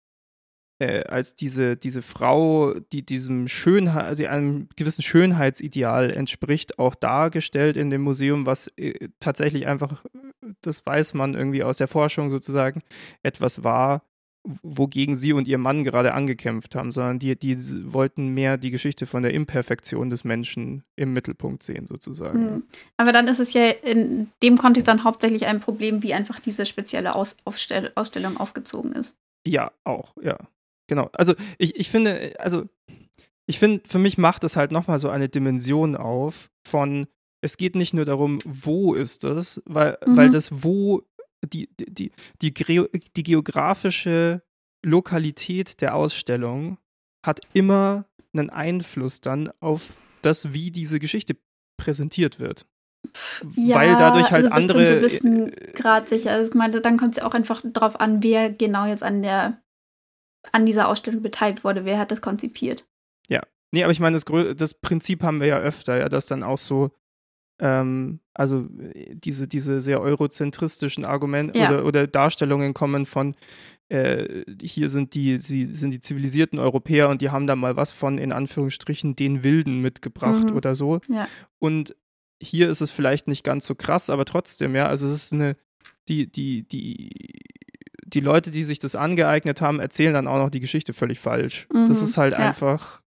äh, als diese, diese Frau, die diesem Schönheit, also einem gewissen Schönheitsideal entspricht, auch dargestellt in dem Museum, was äh, tatsächlich einfach, das weiß man irgendwie aus der Forschung sozusagen, etwas war, wogegen sie und ihr Mann gerade angekämpft haben, sondern die, die wollten mehr die Geschichte von der Imperfektion des Menschen im Mittelpunkt sehen, sozusagen. hm. Aber dann ist es ja in dem Kontext dann hauptsächlich ein Problem, wie einfach diese spezielle Aus Aufstell Ausstellung aufgezogen ist. Ja, auch, ja. Genau. Also ich, ich finde, also ich finde, für mich macht es halt nochmal so eine Dimension auf von, es geht nicht nur darum, wo ist es, weil, Mhm. weil das Wo, die, die, die, die, gre- die geografische Lokalität der Ausstellung hat immer einen Einfluss dann auf das, wie diese Geschichte präsentiert wird. Ja, weil dadurch halt also bis zu andere. einem gewissen Grad sicher. Also ich meine, dann kommt es ja auch einfach drauf an, wer genau jetzt an der an dieser Ausstellung beteiligt wurde, wer hat das konzipiert. Ja, nee, aber ich meine, das, Grö- das Prinzip haben wir ja öfter, ja, dass dann auch so, ähm, also äh, diese, diese sehr eurozentristischen Argumente Ja. oder, oder Darstellungen kommen von, äh, hier sind die, sie sind die zivilisierten Europäer und die haben da mal was von, in Anführungsstrichen, den Wilden mitgebracht Mhm. oder so. Ja. Und hier ist es vielleicht nicht ganz so krass, aber trotzdem, ja, also es ist eine, die, die, die, die Leute, die sich das angeeignet haben, erzählen dann auch noch die Geschichte völlig falsch. Mhm, Das ist halt ja. einfach,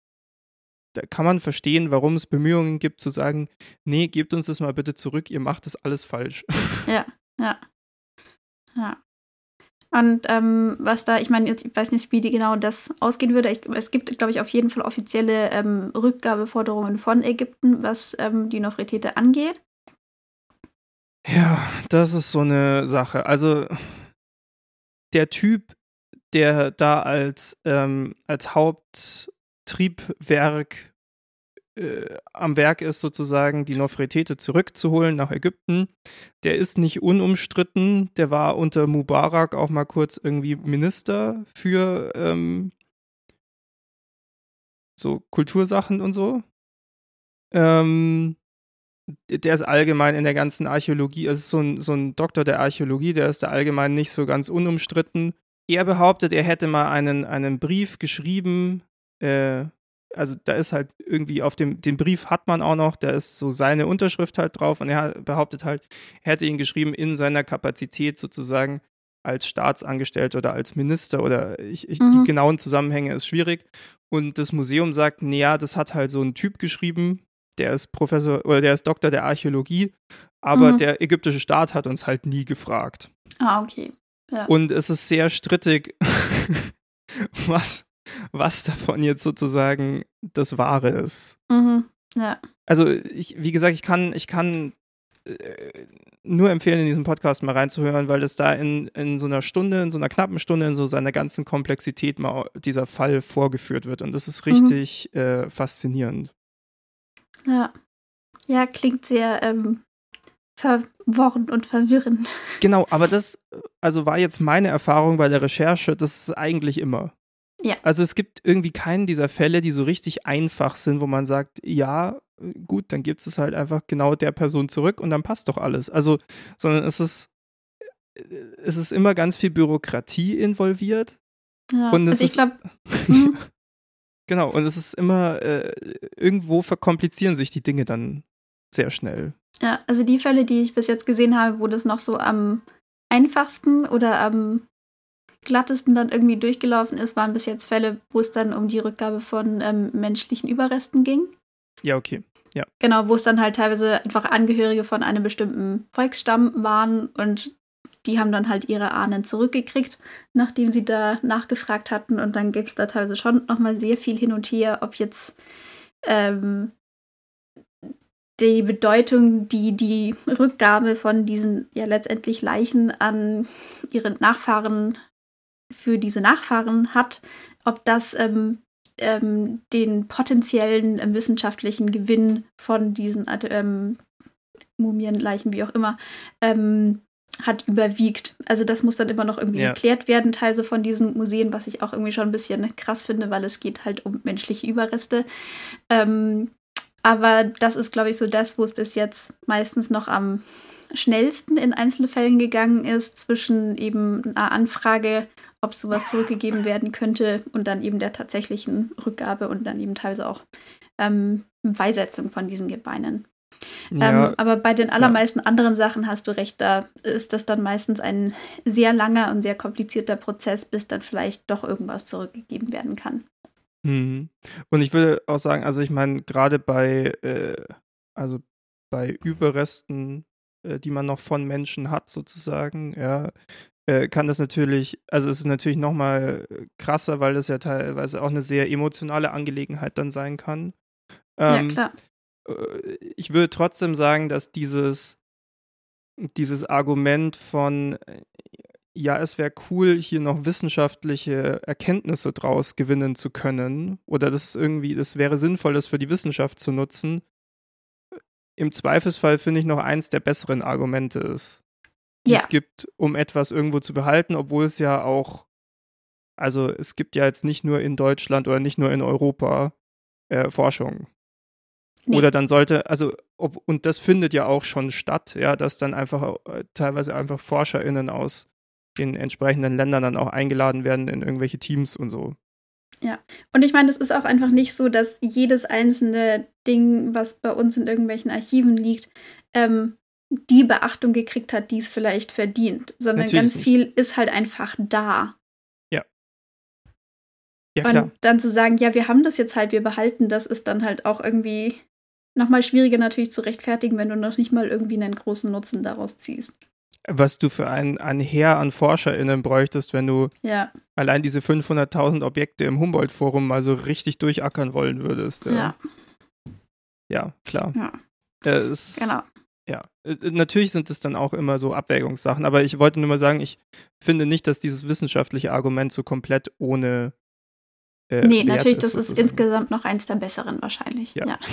da kann man verstehen, warum es Bemühungen gibt, zu sagen, nee, gebt uns das mal bitte zurück, ihr macht das alles falsch. Ja, ja. Ja. Und ähm, was da, ich meine, jetzt, ich weiß nicht, wie die genau das ausgehen würde. Ich, es gibt, glaube ich, auf jeden Fall offizielle ähm, Rückgabeforderungen von Ägypten, was ähm, die Nofretete angeht. Ja, das ist so eine Sache. Also der Typ, der da als, ähm, als Haupttriebwerk äh, am Werk ist, sozusagen die Nofretete zurückzuholen nach Ägypten, der ist nicht unumstritten. Der war unter Mubarak auch mal kurz irgendwie Minister für ähm, so Kultursachen und so. Ähm, der ist allgemein in der ganzen Archäologie, es ist so ein, so ein Doktor der Archäologie, der ist da allgemein nicht so ganz unumstritten. Er behauptet, er hätte mal einen, einen Brief geschrieben, äh, also da ist halt irgendwie auf dem, den Brief hat man auch noch, da ist so seine Unterschrift halt drauf und er behauptet halt, er hätte ihn geschrieben in seiner Kapazität sozusagen als Staatsangestellter oder als Minister oder ich, ich, Mhm. die genauen Zusammenhänge ist schwierig. Und das Museum sagt, naja, das hat halt so ein Typ geschrieben, der ist Professor oder der ist Doktor der Archäologie, aber Mhm. der ägyptische Staat hat uns halt nie gefragt. Ah, okay. Ja. Und es ist sehr strittig, was, was davon jetzt sozusagen das Wahre ist. Mhm. Ja. Also, ich, wie gesagt, ich kann, ich kann äh, nur empfehlen, in diesen Podcast mal reinzuhören, weil das da in, in so einer Stunde, in so einer knappen Stunde, in so seiner ganzen Komplexität mal dieser Fall vorgeführt wird. Und das ist richtig mhm. äh, faszinierend. Ja. Ja, klingt sehr ähm, verworren und verwirrend. Genau, aber das, also war jetzt meine Erfahrung bei der Recherche, das ist eigentlich immer. Ja. Also es gibt irgendwie keinen dieser Fälle, die so richtig einfach sind, wo man sagt, ja, gut, dann gibt es halt einfach genau der Person zurück und dann passt doch alles. Also, sondern es ist, es ist immer ganz viel Bürokratie involviert. Ja, und es also ich glaube. Genau, und es ist immer, äh, irgendwo verkomplizieren sich die Dinge dann sehr schnell. Ja, also die Fälle, die ich bis jetzt gesehen habe, wo das noch so am einfachsten oder am glattesten dann irgendwie durchgelaufen ist, waren bis jetzt Fälle, wo es dann um die Rückgabe von ähm, menschlichen Überresten ging. Ja, okay. Ja. Genau, wo es dann halt teilweise einfach Angehörige von einem bestimmten Volksstamm waren und die haben dann halt ihre Ahnen zurückgekriegt, nachdem sie da nachgefragt hatten. Und dann gibt es da teilweise schon nochmal sehr viel hin und her, ob jetzt ähm, die Bedeutung, die die Rückgabe von diesen ja letztendlich Leichen an ihre Nachfahren für diese Nachfahren hat, ob das ähm, ähm, den potenziellen ähm, wissenschaftlichen Gewinn von diesen ähm, Mumienleichen, wie auch immer, ähm, hat überwiegt. Also das muss dann immer noch irgendwie Ja. geklärt werden, Teil so von diesen Museen, was ich auch irgendwie schon ein bisschen krass finde, weil es geht halt um menschliche Überreste. Ähm, aber das ist, glaube ich, so das, wo es bis jetzt meistens noch am schnellsten in Einzelfällen gegangen ist, zwischen eben einer Anfrage, ob sowas zurückgegeben werden könnte und dann eben der tatsächlichen Rückgabe und dann eben teilweise auch ähm, Beisetzung von diesen Gebeinen. Ja, Ähm, aber bei den allermeisten ja. anderen Sachen hast du recht, da ist das dann meistens ein sehr langer und sehr komplizierter Prozess, bis dann vielleicht doch irgendwas zurückgegeben werden kann. Mhm. Und ich würde auch sagen, also ich meine, gerade bei, äh, also bei Überresten, äh, die man noch von Menschen hat, sozusagen, ja, äh, kann das natürlich, also es ist natürlich nochmal krasser, weil das ja teilweise auch eine sehr emotionale Angelegenheit dann sein kann. Ähm, ja, klar. äh, ich würde trotzdem sagen, dass dieses, dieses Argument von, äh, ja, es wäre cool, hier noch wissenschaftliche Erkenntnisse draus gewinnen zu können. Oder das ist irgendwie, das wäre sinnvoll, das für die Wissenschaft zu nutzen. Im Zweifelsfall finde ich noch eins der besseren Argumente ist, die Ja. es gibt, um etwas irgendwo zu behalten, obwohl es ja auch, also es gibt ja jetzt nicht nur in Deutschland oder nicht nur in Europa äh, Forschung. Nee. Oder dann sollte, also, ob, und das findet ja auch schon statt, ja, dass dann einfach äh, teilweise einfach ForscherInnen aus den entsprechenden Ländern dann auch eingeladen werden in irgendwelche Teams und so. Ja, und ich meine, es ist auch einfach nicht so, dass jedes einzelne Ding, was bei uns in irgendwelchen Archiven liegt, ähm, die Beachtung gekriegt hat, die es vielleicht verdient, sondern Natürlich ganz nicht. viel ist halt einfach da. Ja. Ja, klar. Und dann zu sagen, ja, wir haben das jetzt halt, wir behalten das, ist dann halt auch irgendwie nochmal schwieriger natürlich zu rechtfertigen, wenn du noch nicht mal irgendwie einen großen Nutzen daraus ziehst. Was du für ein, ein Heer an ForscherInnen bräuchtest, wenn du Ja. allein diese fünfhunderttausend Objekte im Humboldt-Forum mal so richtig durchackern wollen würdest. Ja, Ja, ja klar. ja. Äh, es, Genau. Ja, äh, natürlich sind es dann auch immer so Abwägungssachen, aber ich wollte nur mal sagen, ich finde nicht, dass dieses wissenschaftliche Argument so komplett ohne äh, Nee, Wert natürlich, ist, das ist sozusagen. insgesamt noch eins der besseren wahrscheinlich. Ja. Ja.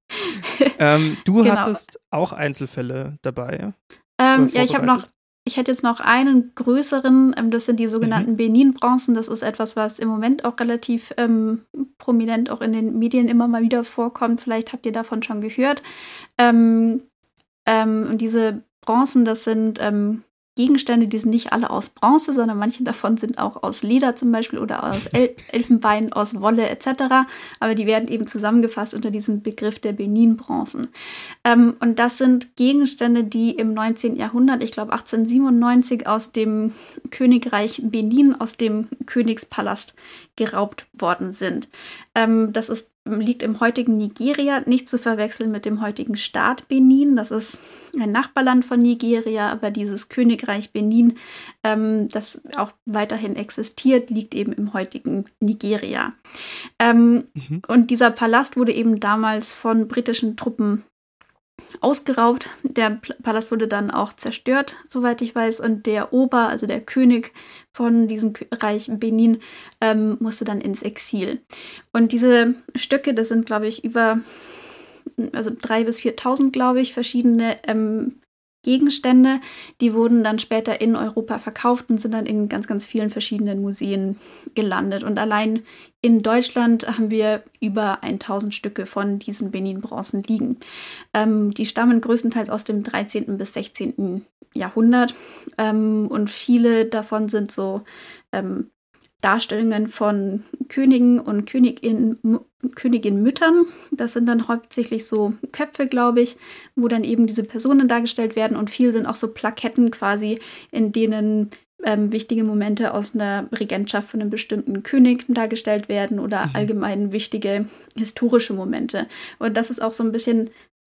Ähm, du Genau. hattest auch Einzelfälle dabei. Ähm, Oder ja, ich habe noch, vorbereitet? ich hätte jetzt noch einen größeren, ähm, das sind die Mhm. sogenannten Benin-Bronzen. Das ist etwas, was im Moment auch relativ ähm, prominent auch in den Medien immer mal wieder vorkommt. Vielleicht habt ihr davon schon gehört. Ähm, ähm, und diese Bronzen, das sind ähm, Gegenstände, die sind nicht alle aus Bronze, sondern manche davon sind auch aus Leder zum Beispiel oder aus El Elfenbein, aus Wolle et cetera. Aber die werden eben zusammengefasst unter diesem Begriff der Benin-Bronzen. Ähm, und das sind Gegenstände, die im neunzehnten Jahrhundert, ich glaube achtzehnhundertsiebenundneunzig, aus dem Königreich Benin, aus dem Königspalast geraubt worden sind. Ähm, das ist, liegt im heutigen Nigeria, nicht zu verwechseln mit dem heutigen Staat Benin. Das ist ein Nachbarland von Nigeria, aber dieses Königreich Benin, ähm, das auch weiterhin existiert, liegt eben im heutigen Nigeria. Ähm, Mhm. und dieser Palast wurde eben damals von britischen Truppen ausgeraubt. Der Palast wurde dann auch zerstört, soweit ich weiß. Und der Ober, also der König von diesem Reich Benin, ähm, musste dann ins Exil. Und diese Stücke, das sind, glaube ich, über also dreitausend bis viertausend, glaube ich, verschiedene ähm, Gegenstände. Die wurden dann später in Europa verkauft und sind dann in ganz, ganz vielen verschiedenen Museen gelandet. Und allein in Deutschland haben wir über tausend Stücke von diesen Benin-Bronzen liegen. Ähm, die stammen größtenteils aus dem dreizehnten bis sechzehnten Jahrhundert. Ähm, und viele davon sind so ähm, Darstellungen von Königen und Königin, Königinmüttern. Das sind dann hauptsächlich so Köpfe, glaube ich, wo dann eben diese Personen dargestellt werden. Und viel sind auch so Plaketten quasi, in denen ähm, wichtige Momente aus einer Regentschaft von einem bestimmten König dargestellt werden oder Mhm. allgemein wichtige historische Momente. Und das ist auch so ein bisschen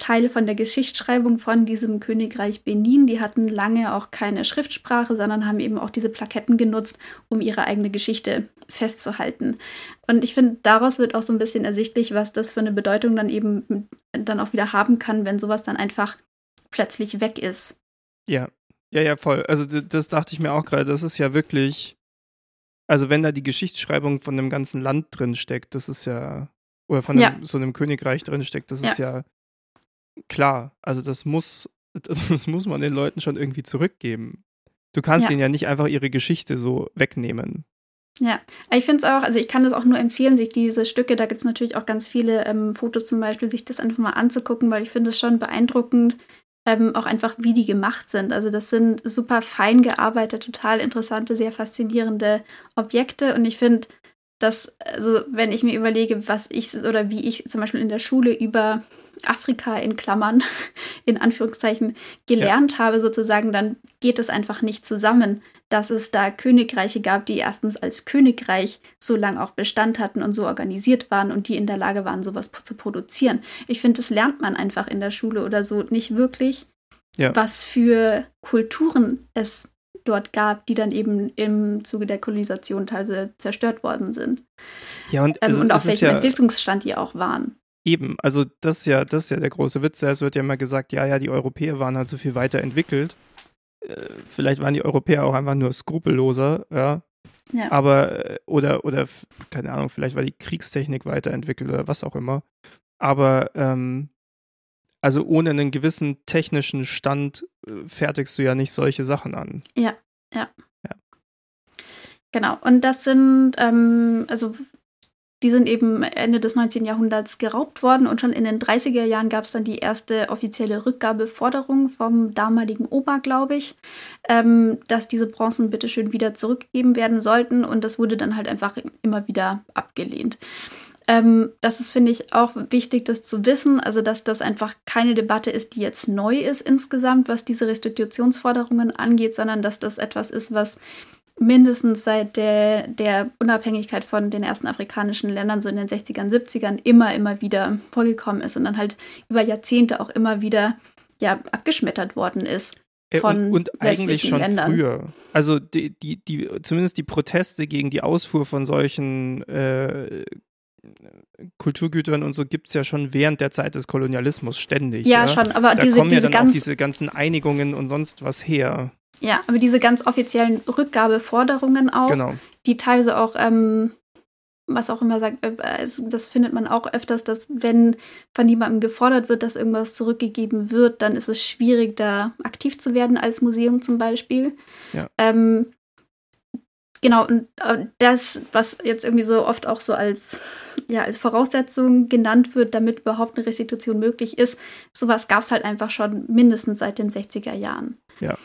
Teile von der Geschichtsschreibung von diesem Königreich Benin. Die hatten lange auch keine Schriftsprache, sondern haben eben auch diese Plaketten genutzt, um ihre eigene Geschichte festzuhalten. Und ich finde, daraus wird auch so ein bisschen ersichtlich, was das für eine Bedeutung dann eben dann auch wieder haben kann, wenn sowas dann einfach plötzlich weg ist. Ja, ja, ja, voll. Also d- das dachte ich mir auch gerade, das ist ja wirklich, also wenn da die Geschichtsschreibung von einem ganzen Land drin steckt, das ist ja, oder von einem, Ja. so einem Königreich drin steckt, das ist ja klar. Also das muss, das, das muss man den Leuten schon irgendwie zurückgeben. Du kannst Ja. ihnen ja nicht einfach ihre Geschichte so wegnehmen. Ja, ich finde es auch, also ich kann das auch nur empfehlen, sich diese Stücke, da gibt es natürlich auch ganz viele ähm, Fotos zum Beispiel, sich das einfach mal anzugucken, weil ich finde es schon beeindruckend, ähm, auch einfach, wie die gemacht sind. Also das sind super fein gearbeitete, total interessante, sehr faszinierende Objekte und ich finde, dass, also wenn ich mir überlege, was ich oder wie ich zum Beispiel in der Schule über Afrika in Klammern, in Anführungszeichen, gelernt ja. habe sozusagen, dann geht es einfach nicht zusammen, dass es da Königreiche gab, die erstens als Königreich so lange auch Bestand hatten und so organisiert waren und die in der Lage waren, sowas zu produzieren. Ich finde, das lernt man einfach in der Schule oder so nicht wirklich, ja. was für Kulturen es dort gab, die dann eben im Zuge der Kolonisation teilweise zerstört worden sind. Ja, und, ähm, es, und auf es welchem ja Entwicklungsstand die auch waren. Eben, also das ist ja, das ist ja der große Witz. Es wird ja immer gesagt, ja, ja, die Europäer waren halt so viel weiterentwickelt. Äh, vielleicht waren die Europäer auch einfach nur skrupelloser, ja. ja. Aber, oder, oder, keine Ahnung, vielleicht war die Kriegstechnik weiterentwickelt oder was auch immer. Aber, ähm, also ohne einen gewissen technischen Stand äh, fertigst du ja nicht solche Sachen an. Ja, ja. ja. Genau, und das sind, ähm, also die sind eben Ende des neunzehnten Jahrhunderts geraubt worden und schon in den dreißiger Jahren gab es dann die erste offizielle Rückgabeforderung vom damaligen Ober, glaube ich, ähm, dass diese Bronzen bitteschön wieder zurückgegeben werden sollten und das wurde dann halt einfach immer wieder abgelehnt. Ähm, das ist, finde ich, auch wichtig, das zu wissen, also dass das einfach keine Debatte ist, die jetzt neu ist insgesamt, was diese Restitutionsforderungen angeht, sondern dass das etwas ist, was mindestens seit der, der Unabhängigkeit von den ersten afrikanischen Ländern, so in den sechzigern, siebzigern, immer, immer wieder vorgekommen ist und dann halt über Jahrzehnte auch immer wieder ja, abgeschmettert worden ist von und, und eigentlich schon Ländern. früher. Also die, die, die, zumindest die Proteste gegen die Ausfuhr von solchen äh, Kulturgütern und so gibt es ja schon während der Zeit des Kolonialismus ständig. Ja, ja? schon, aber da diese, kommen ja diese dann ganz, auch diese ganzen Einigungen und sonst was her. Ja, aber diese ganz offiziellen Rückgabeforderungen auch, genau. die teilweise auch, ähm, was auch immer sagt, äh, das findet man auch öfters, dass wenn von jemandem gefordert wird, dass irgendwas zurückgegeben wird, dann ist es schwierig, da aktiv zu werden als Museum zum Beispiel. Ja. Ähm, genau, und äh, das, was jetzt irgendwie so oft auch so als, ja, als Voraussetzung genannt wird, damit überhaupt eine Restitution möglich ist, sowas gab es halt einfach schon mindestens seit den sechziger Jahren. Ja.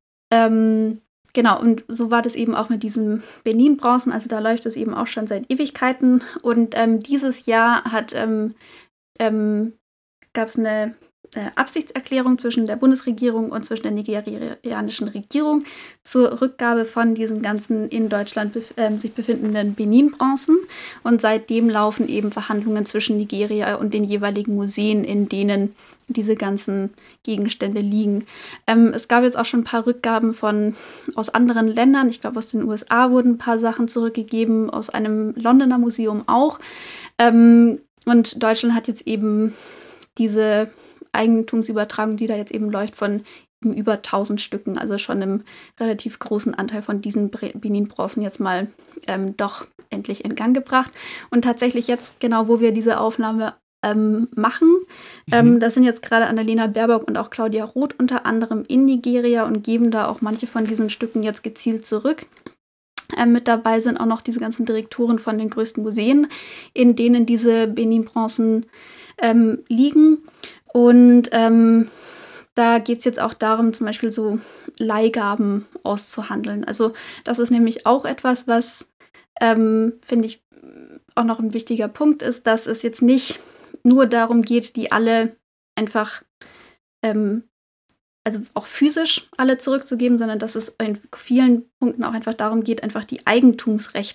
Ähm, genau, und so war das eben auch mit diesem Benin-Bronzen, also da läuft es eben auch schon seit Ewigkeiten und ähm, dieses Jahr hat ähm, ähm, gab es eine äh, Absichtserklärung zwischen der Bundesregierung und zwischen der nigerianischen Regierung zur Rückgabe von diesen ganzen in Deutschland bef- äh, sich befindenden Benin-Bronzen und seitdem laufen eben Verhandlungen zwischen Nigeria und den jeweiligen Museen, in denen diese ganzen Gegenstände liegen. Ähm, es gab jetzt auch schon ein paar Rückgaben von aus anderen Ländern. Ich glaube, aus den U S A wurden ein paar Sachen zurückgegeben, aus einem Londoner Museum auch. Ähm, und Deutschland hat jetzt eben diese Eigentumsübertragung, die da jetzt eben läuft, von über tausend Stücken, also schon einem relativ großen Anteil von diesen Benin-Bronzen jetzt mal ähm, doch endlich in Gang gebracht. Und tatsächlich jetzt, genau wo wir diese Aufnahme Ähm, machen. Mhm. Ähm, das sind jetzt gerade Annalena Baerbock und auch Claudia Roth unter anderem in Nigeria und geben da auch manche von diesen Stücken jetzt gezielt zurück. Ähm, mit dabei sind auch noch diese ganzen Direktoren von den größten Museen, in denen diese Benin-Bronzen ähm, liegen. Und ähm, da geht es jetzt auch darum, zum Beispiel so Leihgaben auszuhandeln. Also das ist nämlich auch etwas, was, ähm, finde ich, auch noch ein wichtiger Punkt ist, dass es jetzt nicht nur darum geht, die alle einfach, ähm, also auch physisch alle zurückzugeben, sondern dass es in vielen Punkten auch einfach darum geht, einfach die Eigentumsrechte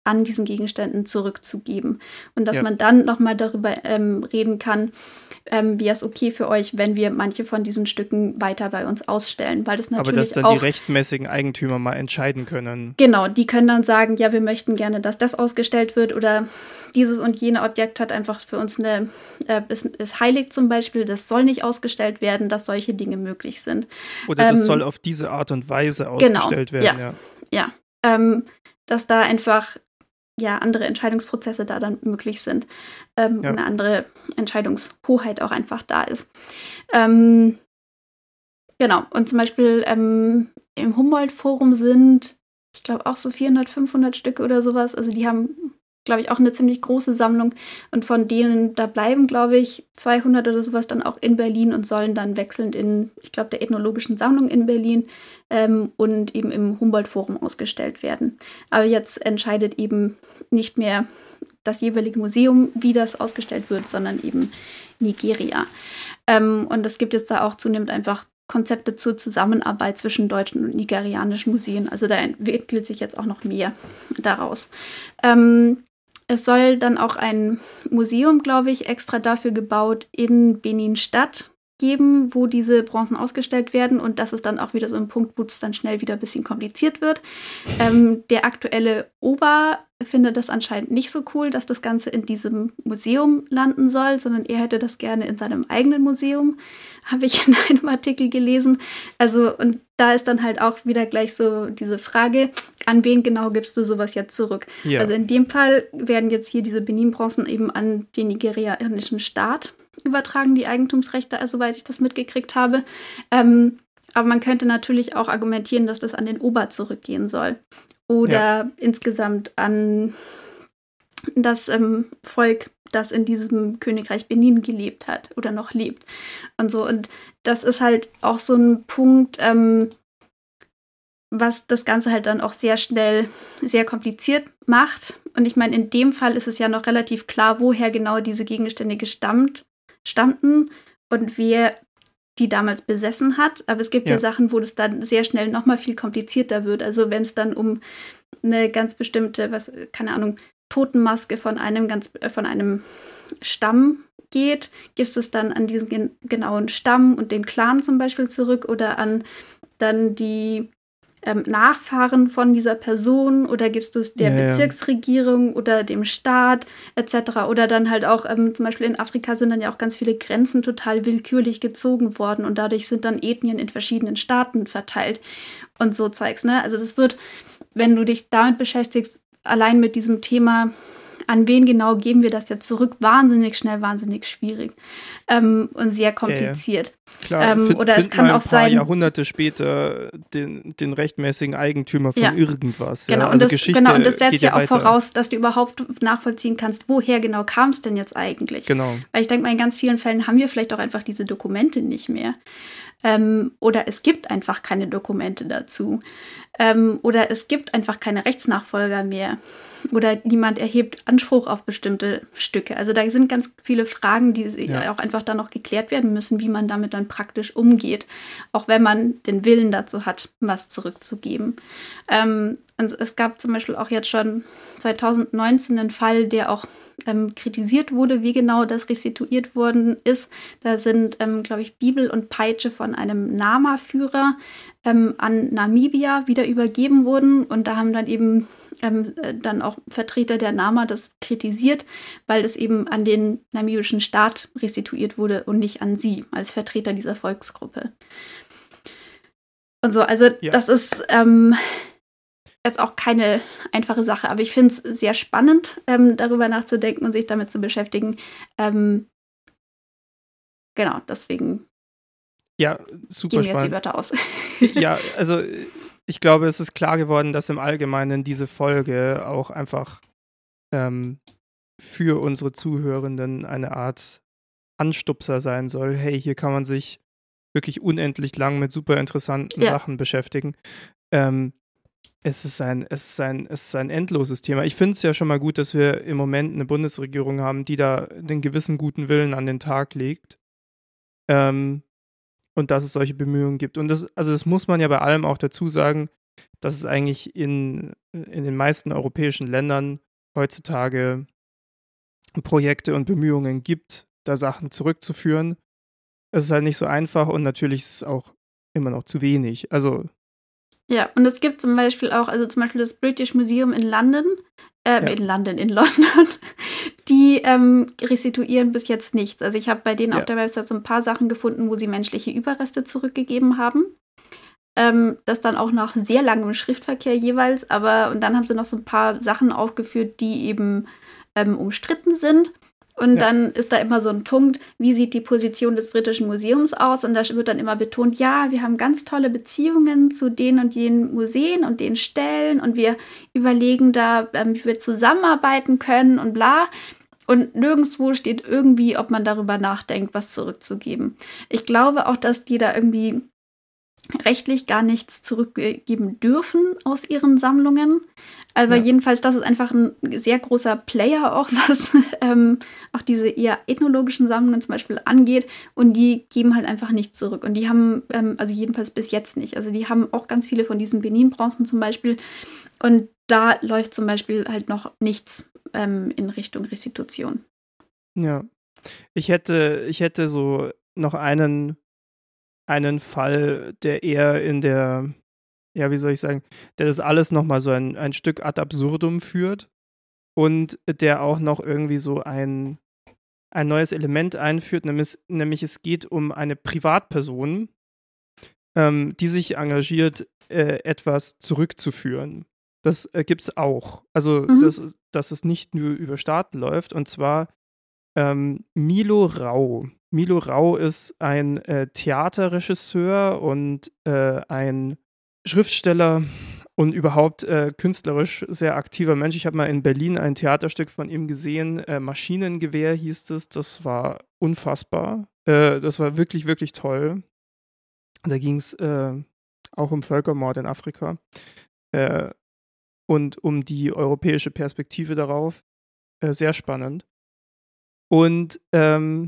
an diesen Gegenständen zurückzugeben. Und dass Ja. man dann nochmal darüber ähm, reden kann, ähm, wäre es okay für euch, wenn wir manche von diesen Stücken weiter bei uns ausstellen, weil das natürlich Aber dass dann auch die rechtmäßigen Eigentümer mal entscheiden können. Genau, die können dann sagen, ja, wir möchten gerne, dass das ausgestellt wird oder dieses und jene Objekt hat einfach für uns eine, äh, ist, ist heilig zum Beispiel, das soll nicht ausgestellt werden, dass solche Dinge möglich sind. Oder das Ähm, soll auf diese Art und Weise genau, ausgestellt werden, ja. Ja, ähm, dass da einfach ja, andere Entscheidungsprozesse da dann möglich sind. Ähm, Ja. Eine andere Entscheidungshoheit auch einfach da ist. Ähm, genau, und zum Beispiel ähm, im Humboldt-Forum sind, ich glaube, auch so vierhundert, fünfhundert Stücke oder sowas. Also die haben, glaube ich, auch eine ziemlich große Sammlung. Und von denen, da bleiben, glaube ich, zweihundert oder sowas dann auch in Berlin und sollen dann wechselnd in, ich glaube, der Ethnologischen Sammlung in Berlin ähm, und eben im Humboldt-Forum ausgestellt werden. Aber jetzt entscheidet eben nicht mehr das jeweilige Museum, wie das ausgestellt wird, sondern eben Nigeria. Ähm, und es gibt jetzt da auch zunehmend einfach Konzepte zur Zusammenarbeit zwischen deutschen und nigerianischen Museen. Also da entwickelt sich jetzt auch noch mehr daraus. Ähm, es soll dann auch ein Museum, glaube ich, extra dafür gebaut in Benin-Stadt geben, wo diese Bronzen ausgestellt werden. Und das ist dann auch wieder so ein Punkt, wo es dann schnell wieder ein bisschen kompliziert wird. Ähm, der aktuelle Ober findet das anscheinend nicht so cool, dass das Ganze in diesem Museum landen soll, sondern er hätte das gerne in seinem eigenen Museum, habe ich in einem Artikel gelesen. Also, und da ist dann halt auch wieder gleich so diese Frage, an wen genau gibst du sowas jetzt zurück? Ja. Also in dem Fall werden jetzt hier diese Benin-Bronzen eben an den nigerianischen Staat übertragen, die Eigentumsrechte, also, soweit ich das mitgekriegt habe. Ähm, aber man könnte natürlich auch argumentieren, dass das an den Ober zurückgehen soll. Oder ja. insgesamt an das ähm, Volk, das in diesem Königreich Benin gelebt hat oder noch lebt. Und so. Und das ist halt auch so ein Punkt, ähm, was das Ganze halt dann auch sehr schnell sehr kompliziert macht. Und ich meine, in dem Fall ist es ja noch relativ klar, woher genau diese Gegenstände gestammt, stammten und wer die damals besessen hat. Aber es gibt ja, ja Sachen, wo das dann sehr schnell nochmal viel komplizierter wird. Also wenn es dann um eine ganz bestimmte, was, keine Ahnung, Totenmaske von einem ganz, äh, von einem Stamm geht, gibt es dann an diesen gen- genauen Stamm und den Clan zum Beispiel zurück oder an dann die ähm, Nachfahren von dieser Person oder gibt es der ja, Bezirksregierung ja. oder dem Staat et cetera. Oder dann halt auch, ähm, zum Beispiel in Afrika sind dann ja auch ganz viele Grenzen total willkürlich gezogen worden und dadurch sind dann Ethnien in verschiedenen Staaten verteilt und so Zeugs, ne? Also das wird, wenn du dich damit beschäftigst, allein mit diesem Thema, an wen genau geben wir das jetzt zurück, wahnsinnig schnell, wahnsinnig schwierig ähm, und sehr kompliziert. Ja, ja. Klar, ähm, find, oder find es kann mal auch ein paar sein, Jahrhunderte später den, den rechtmäßigen Eigentümer von ja. irgendwas. Genau, ja. und, Also das, Geschichte genau, und das setzt geht ja ja auch weiter. voraus, dass du überhaupt nachvollziehen kannst, woher genau kam es denn jetzt eigentlich. Genau. Weil ich denke mal, in ganz vielen Fällen haben wir vielleicht auch einfach diese Dokumente nicht mehr. Ähm, oder es gibt einfach keine Dokumente dazu. Ähm, oder es gibt einfach keine Rechtsnachfolger mehr. Oder niemand erhebt Anspruch auf bestimmte Stücke. Also da sind ganz viele Fragen, die ja. auch einfach dann noch geklärt werden müssen, wie man damit dann praktisch umgeht. Auch wenn man den Willen dazu hat, was zurückzugeben. Ähm, und es gab zum Beispiel auch jetzt schon zwanzig neunzehn einen Fall, der auch ähm, kritisiert wurde, wie genau das restituiert worden ist. Da sind, ähm, glaube ich, Bibel und Peitsche von einem Nama-Führer ähm, an Namibia wieder übergeben wurden. Und da haben dann eben Ähm, dann auch Vertreter der Nama das kritisiert, weil es eben an den namibischen Staat restituiert wurde und nicht an sie als Vertreter dieser Volksgruppe. Und so, also ja. das ist ähm, jetzt auch keine einfache Sache, aber ich finde es sehr spannend, ähm, darüber nachzudenken und sich damit zu beschäftigen. Ähm, genau, deswegen ja, super gehen mir spannend. jetzt die Wörter aus. Ja, also ich glaube, es ist klar geworden, dass im Allgemeinen diese Folge auch einfach ähm, für unsere Zuhörenden eine Art Anstupser sein soll. Hey, hier kann man sich wirklich unendlich lang mit super interessanten ja. Sachen beschäftigen. Ähm, es ist ein, es ist ein, es ist ein endloses Thema. Ich finde es ja schon mal gut, dass wir im Moment eine Bundesregierung haben, die da den gewissen guten Willen an den Tag legt. Ähm, Und dass es solche Bemühungen gibt. Und das, also das muss man ja bei allem auch dazu sagen, dass es eigentlich in, in den meisten europäischen Ländern heutzutage Projekte und Bemühungen gibt, da Sachen zurückzuführen. Es ist halt nicht so einfach und natürlich ist es auch immer noch zu wenig. Also Ja, und es gibt zum Beispiel auch, also zum Beispiel das British Museum in London, äh, Ja. in London, in London, die ähm, restituieren bis jetzt nichts. Also ich habe bei denen Ja. auf der Website so ein paar Sachen gefunden, wo sie menschliche Überreste zurückgegeben haben. Ähm, das dann auch nach sehr langem Schriftverkehr jeweils, aber und dann haben sie noch so ein paar Sachen aufgeführt, die eben ähm, umstritten sind. Und Ja. dann ist da immer so ein Punkt, wie sieht die Position des Britischen Museums aus? Und da wird dann immer betont, ja, wir haben ganz tolle Beziehungen zu den und jenen Museen und den Stellen und wir überlegen da, ähm, wie wir zusammenarbeiten können und bla. Und nirgendwo steht irgendwie, ob man darüber nachdenkt, was zurückzugeben. Ich glaube auch, dass die da irgendwie rechtlich gar nichts zurückgeben dürfen aus ihren Sammlungen. Aber Ja. jedenfalls, das ist einfach ein sehr großer Player auch, was ähm, auch diese eher ethnologischen Sammlungen zum Beispiel angeht. Und die geben halt einfach nichts zurück. Und die haben, ähm, also jedenfalls bis jetzt nicht. Also die haben auch ganz viele von diesen Benin-Bronzen zum Beispiel. Und da läuft zum Beispiel halt noch nichts ähm, in Richtung Restitution. Ja. Ich hätte, ich hätte so noch einen, einen Fall, der eher in der, ja, wie soll ich sagen, der das alles nochmal so ein, ein Stück ad absurdum führt und der auch noch irgendwie so ein, ein neues Element einführt, nämlich, nämlich es geht um eine Privatperson, ähm, die sich engagiert, äh, etwas zurückzuführen. Das äh, gibt es auch. Also, Mhm. das, dass es nicht nur über Staaten läuft, und zwar ähm, Milo Rau. Milo Rau ist ein äh, Theaterregisseur und äh, ein Schriftsteller und überhaupt äh, künstlerisch sehr aktiver Mensch. Ich habe mal in Berlin ein Theaterstück von ihm gesehen, äh, Maschinengewehr hieß es. Das war unfassbar. Äh, das war wirklich, wirklich toll. Da ging es äh, auch um Völkermord in Afrika äh, und um die europäische Perspektive darauf. Äh, sehr spannend. Und ähm,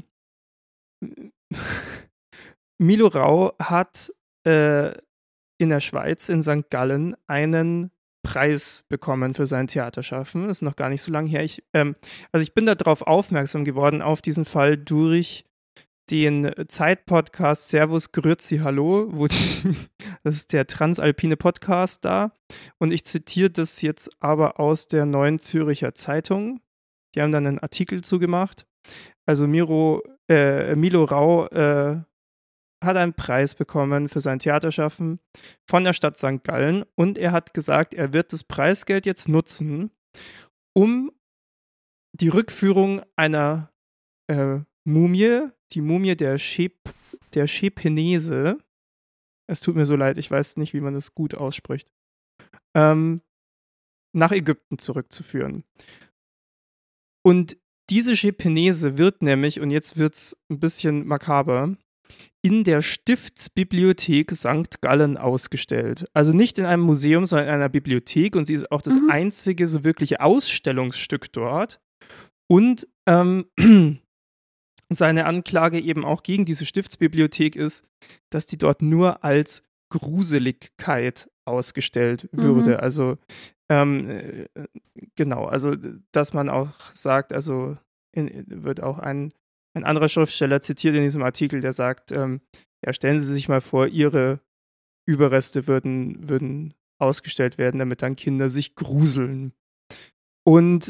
Milo Rau hat äh, in der Schweiz, in Sankt Gallen, einen Preis bekommen für sein Theaterschaffen. Das ist noch gar nicht so lange her. Ich, ähm, also ich bin darauf aufmerksam geworden, auf diesen Fall durch den Zeit-Podcast Servus, Grüezi, Hallo, wo die, das ist der transalpine Podcast da. Und ich zitiere das jetzt aber aus der Neuen Züricher Zeitung. Die haben dann einen Artikel zugemacht. Also Miro, äh, Milo Rau äh, hat einen Preis bekommen für sein Theaterschaffen von der Stadt Sankt Gallen und er hat gesagt, er wird das Preisgeld jetzt nutzen, um die Rückführung einer äh, Mumie, die Mumie der, Schep, der Schepenese, es tut mir so leid, ich weiß nicht, wie man das gut ausspricht, ähm, nach Ägypten zurückzuführen. Und diese Schepenese wird nämlich, und jetzt wird es ein bisschen makaber, in der Stiftsbibliothek Sankt Gallen ausgestellt. Also nicht in einem Museum, sondern in einer Bibliothek. Und sie ist auch das Mhm. einzige so wirkliche Ausstellungsstück dort. Und ähm, seine Anklage eben auch gegen diese Stiftsbibliothek ist, dass die dort nur als Gruseligkeit ausgestellt würde. Mhm. Also ähm, äh, genau, also dass man auch sagt, also in, wird auch ein, ein anderer Schriftsteller zitiert in diesem Artikel, der sagt, ähm, ja, stellen Sie sich mal vor, Ihre Überreste würden, würden ausgestellt werden, damit dann Kinder sich gruseln. Und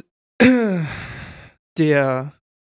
der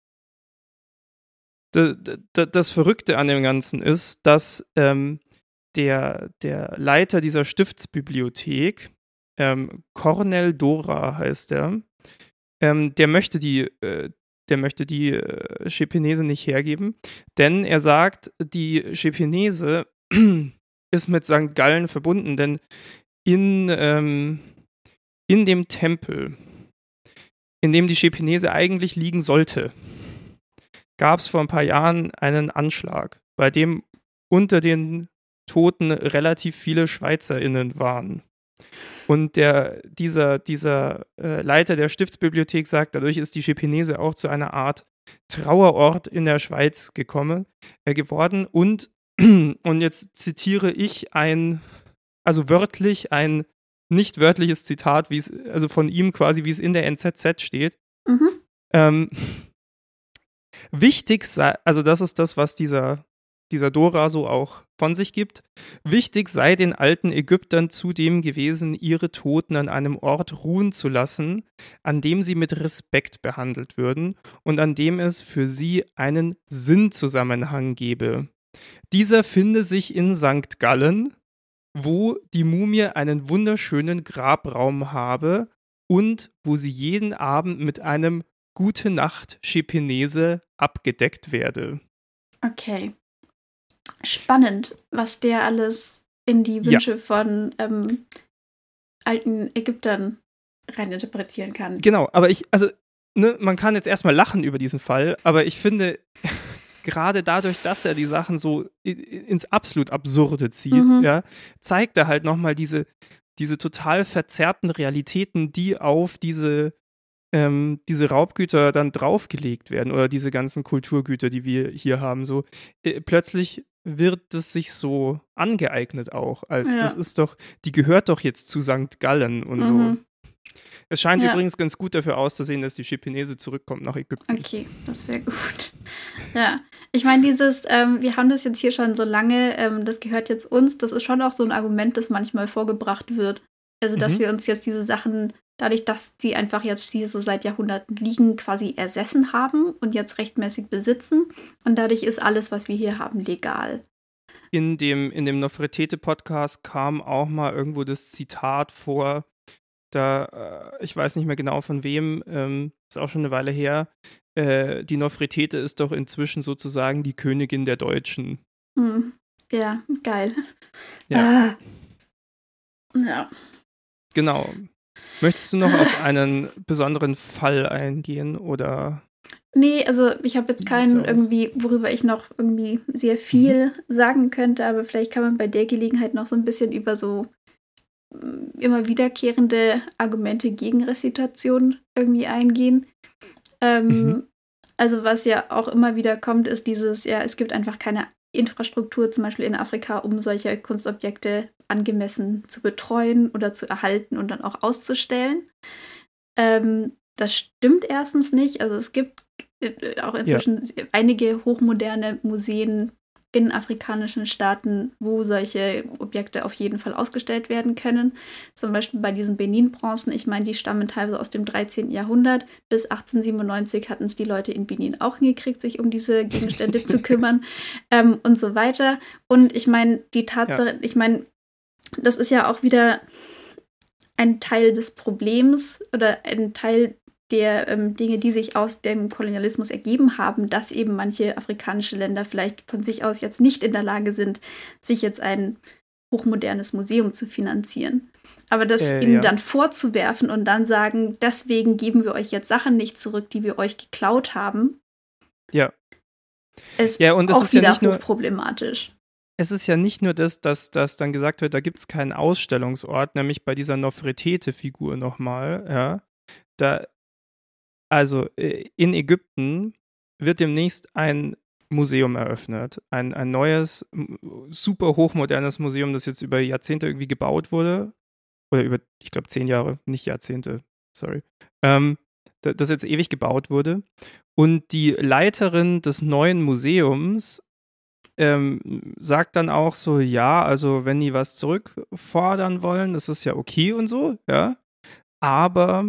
D- d- das Verrückte an dem Ganzen ist, dass ähm, der, der Leiter dieser Stiftsbibliothek, ähm, Cornel Dora heißt er, ähm, der möchte die, äh, der möchte die äh, Schepenese nicht hergeben, denn er sagt, die Schepenese ist mit Sankt Gallen verbunden, denn in, ähm, in dem Tempel, in dem die Schepenese eigentlich liegen sollte, gab es vor ein paar Jahren einen Anschlag, bei dem unter den Toten relativ viele SchweizerInnen waren. Und der, dieser, dieser äh, Leiter der Stiftsbibliothek sagt, dadurch ist die Schepenese auch zu einer Art Trauerort in der Schweiz gekommen, äh, geworden. Und, und jetzt zitiere ich ein also wörtlich ein nicht wörtliches Zitat, wie es, also von ihm quasi, wie es in der N Z Z steht. Mhm. Ähm, wichtig sei, also das ist das, was dieser, dieser Dora so auch von sich gibt. Wichtig sei den alten Ägyptern zudem gewesen, ihre Toten an einem Ort ruhen zu lassen, an dem sie mit Respekt behandelt würden und an dem es für sie einen Sinnzusammenhang gebe. Dieser finde sich in Sankt Gallen, wo die Mumie einen wunderschönen Grabraum habe und wo sie jeden Abend mit einem Gute Nacht Schepenese abgedeckt werde. Okay. Spannend, was der alles in die Wünsche ja. von ähm, alten Ägyptern reininterpretieren kann. Genau, aber ich, also, ne, man kann jetzt erstmal lachen über diesen Fall, aber ich finde, gerade dadurch, dass er die Sachen so ins absolut Absurde zieht, mhm. ja, zeigt er halt nochmal diese, diese total verzerrten Realitäten, die auf diese, ähm, diese Raubgüter dann draufgelegt werden oder diese ganzen Kulturgüter, die wir hier haben. So äh, plötzlich wird es sich so angeeignet auch, als ja. das ist doch, die gehört doch jetzt zu Sankt Gallen und mhm. so. Es scheint ja. übrigens ganz gut dafür auszusehen, dass die Schepenese zurückkommt nach Ägypten. Okay, das wäre gut. Ja, ich meine, dieses, ähm, wir haben das jetzt hier schon so lange, ähm, das gehört jetzt uns, das ist schon auch so ein Argument, das manchmal vorgebracht wird. Also, dass mhm. wir uns jetzt diese Sachen, dadurch, dass die einfach jetzt hier so seit Jahrhunderten liegen, quasi ersessen haben und jetzt rechtmäßig besitzen. Und dadurch ist alles, was wir hier haben, legal. In dem, in dem Nofretete-Podcast kam auch mal irgendwo das Zitat vor, da, äh, ich weiß nicht mehr genau von wem, ähm, ist auch schon eine Weile her, äh, die Nofretete ist doch inzwischen sozusagen die Königin der Deutschen. Hm. Ja, geil. Ja. Ah. Ja. Genau. Möchtest du noch auf einen besonderen Fall eingehen oder? Nee, also ich habe jetzt keinen irgendwie, worüber ich noch irgendwie sehr viel mhm. sagen könnte, aber vielleicht kann man bei der Gelegenheit noch so ein bisschen über so immer wiederkehrende Argumente gegen Rezitation irgendwie eingehen. Ähm, mhm. Also was ja auch immer wieder kommt, ist dieses, ja, es gibt einfach keine Infrastruktur, zum Beispiel in Afrika, um solche Kunstobjekte angemessen zu betreuen oder zu erhalten und dann auch auszustellen. Ähm, das stimmt erstens nicht. Also es gibt auch inzwischen ja. einige hochmoderne Museen in afrikanischen Staaten, wo solche Objekte auf jeden Fall ausgestellt werden können. Zum Beispiel bei diesen Benin-Bronzen, ich meine, die stammen teilweise aus dem dreizehnten Jahrhundert. Bis achtzehnhundertsiebenundneunzig hatten es die Leute in Benin auch hingekriegt, sich um diese Gegenstände zu kümmern ähm, und so weiter. Und ich meine, die Tatsache, ja. ich meine, das ist ja auch wieder ein Teil des Problems oder ein Teil der ähm, Dinge, die sich aus dem Kolonialismus ergeben haben, dass eben manche afrikanische Länder vielleicht von sich aus jetzt nicht in der Lage sind, sich jetzt ein hochmodernes Museum zu finanzieren. Aber das äh, ihnen ja. dann vorzuwerfen und dann sagen, deswegen geben wir euch jetzt Sachen nicht zurück, die wir euch geklaut haben, ja. ist ja, und das auch ist wieder ja nicht nur, hochproblematisch. Es ist ja nicht nur das, dass, dass dann gesagt wird, da gibt es keinen Ausstellungsort, nämlich bei dieser Nofretete-Figur nochmal, ja, da Also in Ägypten wird demnächst ein Museum eröffnet. Ein, ein neues, super hochmodernes Museum, das jetzt über Jahrzehnte irgendwie gebaut wurde. Oder über, ich glaube, zehn Jahre, nicht Jahrzehnte, sorry. Ähm, das jetzt ewig gebaut wurde. Und die Leiterin des neuen Museums ähm, sagt dann auch so, ja, also wenn die was zurückfordern wollen, das ist ja okay und so, ja. Aber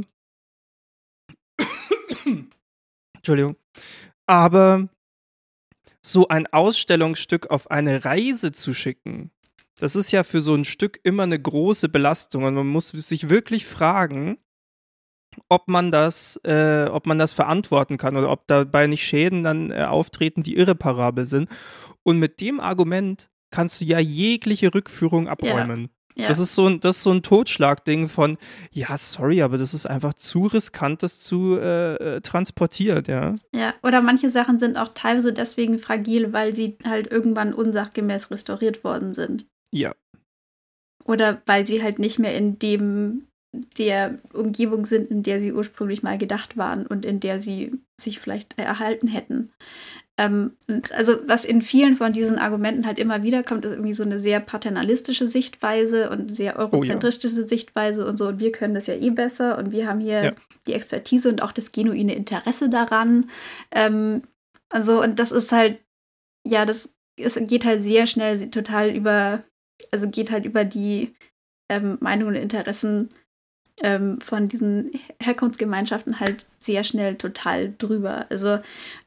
Entschuldigung. Aber so ein Ausstellungsstück auf eine Reise zu schicken, das ist ja für so ein Stück immer eine große Belastung und man muss sich wirklich fragen, ob man das, äh, ob man das verantworten kann oder ob dabei nicht Schäden dann äh, auftreten, die irreparabel sind. Und mit dem Argument kannst du ja jegliche Rückführung abräumen. Ja. Ja. Das ist so ein, das ist so ein Totschlagding von, ja, sorry, aber das ist einfach zu riskant, das zu äh, transportieren, ja. Ja, oder manche Sachen sind auch teilweise deswegen fragil, weil sie halt irgendwann unsachgemäß restauriert worden sind. Ja. Oder weil sie halt nicht mehr in dem, der Umgebung sind, in der sie ursprünglich mal gedacht waren und in der sie sich vielleicht erhalten hätten. Ähm, also was in vielen von diesen Argumenten halt immer wieder kommt, ist irgendwie so eine sehr paternalistische Sichtweise und sehr eurozentristische oh, ja. Sichtweise und so. Und wir können das ja eh besser und wir haben hier ja. die Expertise und auch das genuine Interesse daran. Ähm, also und das ist halt, ja, das es geht halt sehr schnell total über, also geht halt über die ähm, Meinungen und Interessen ähm, von diesen Herkunftsgemeinschaften halt sehr schnell total drüber. Also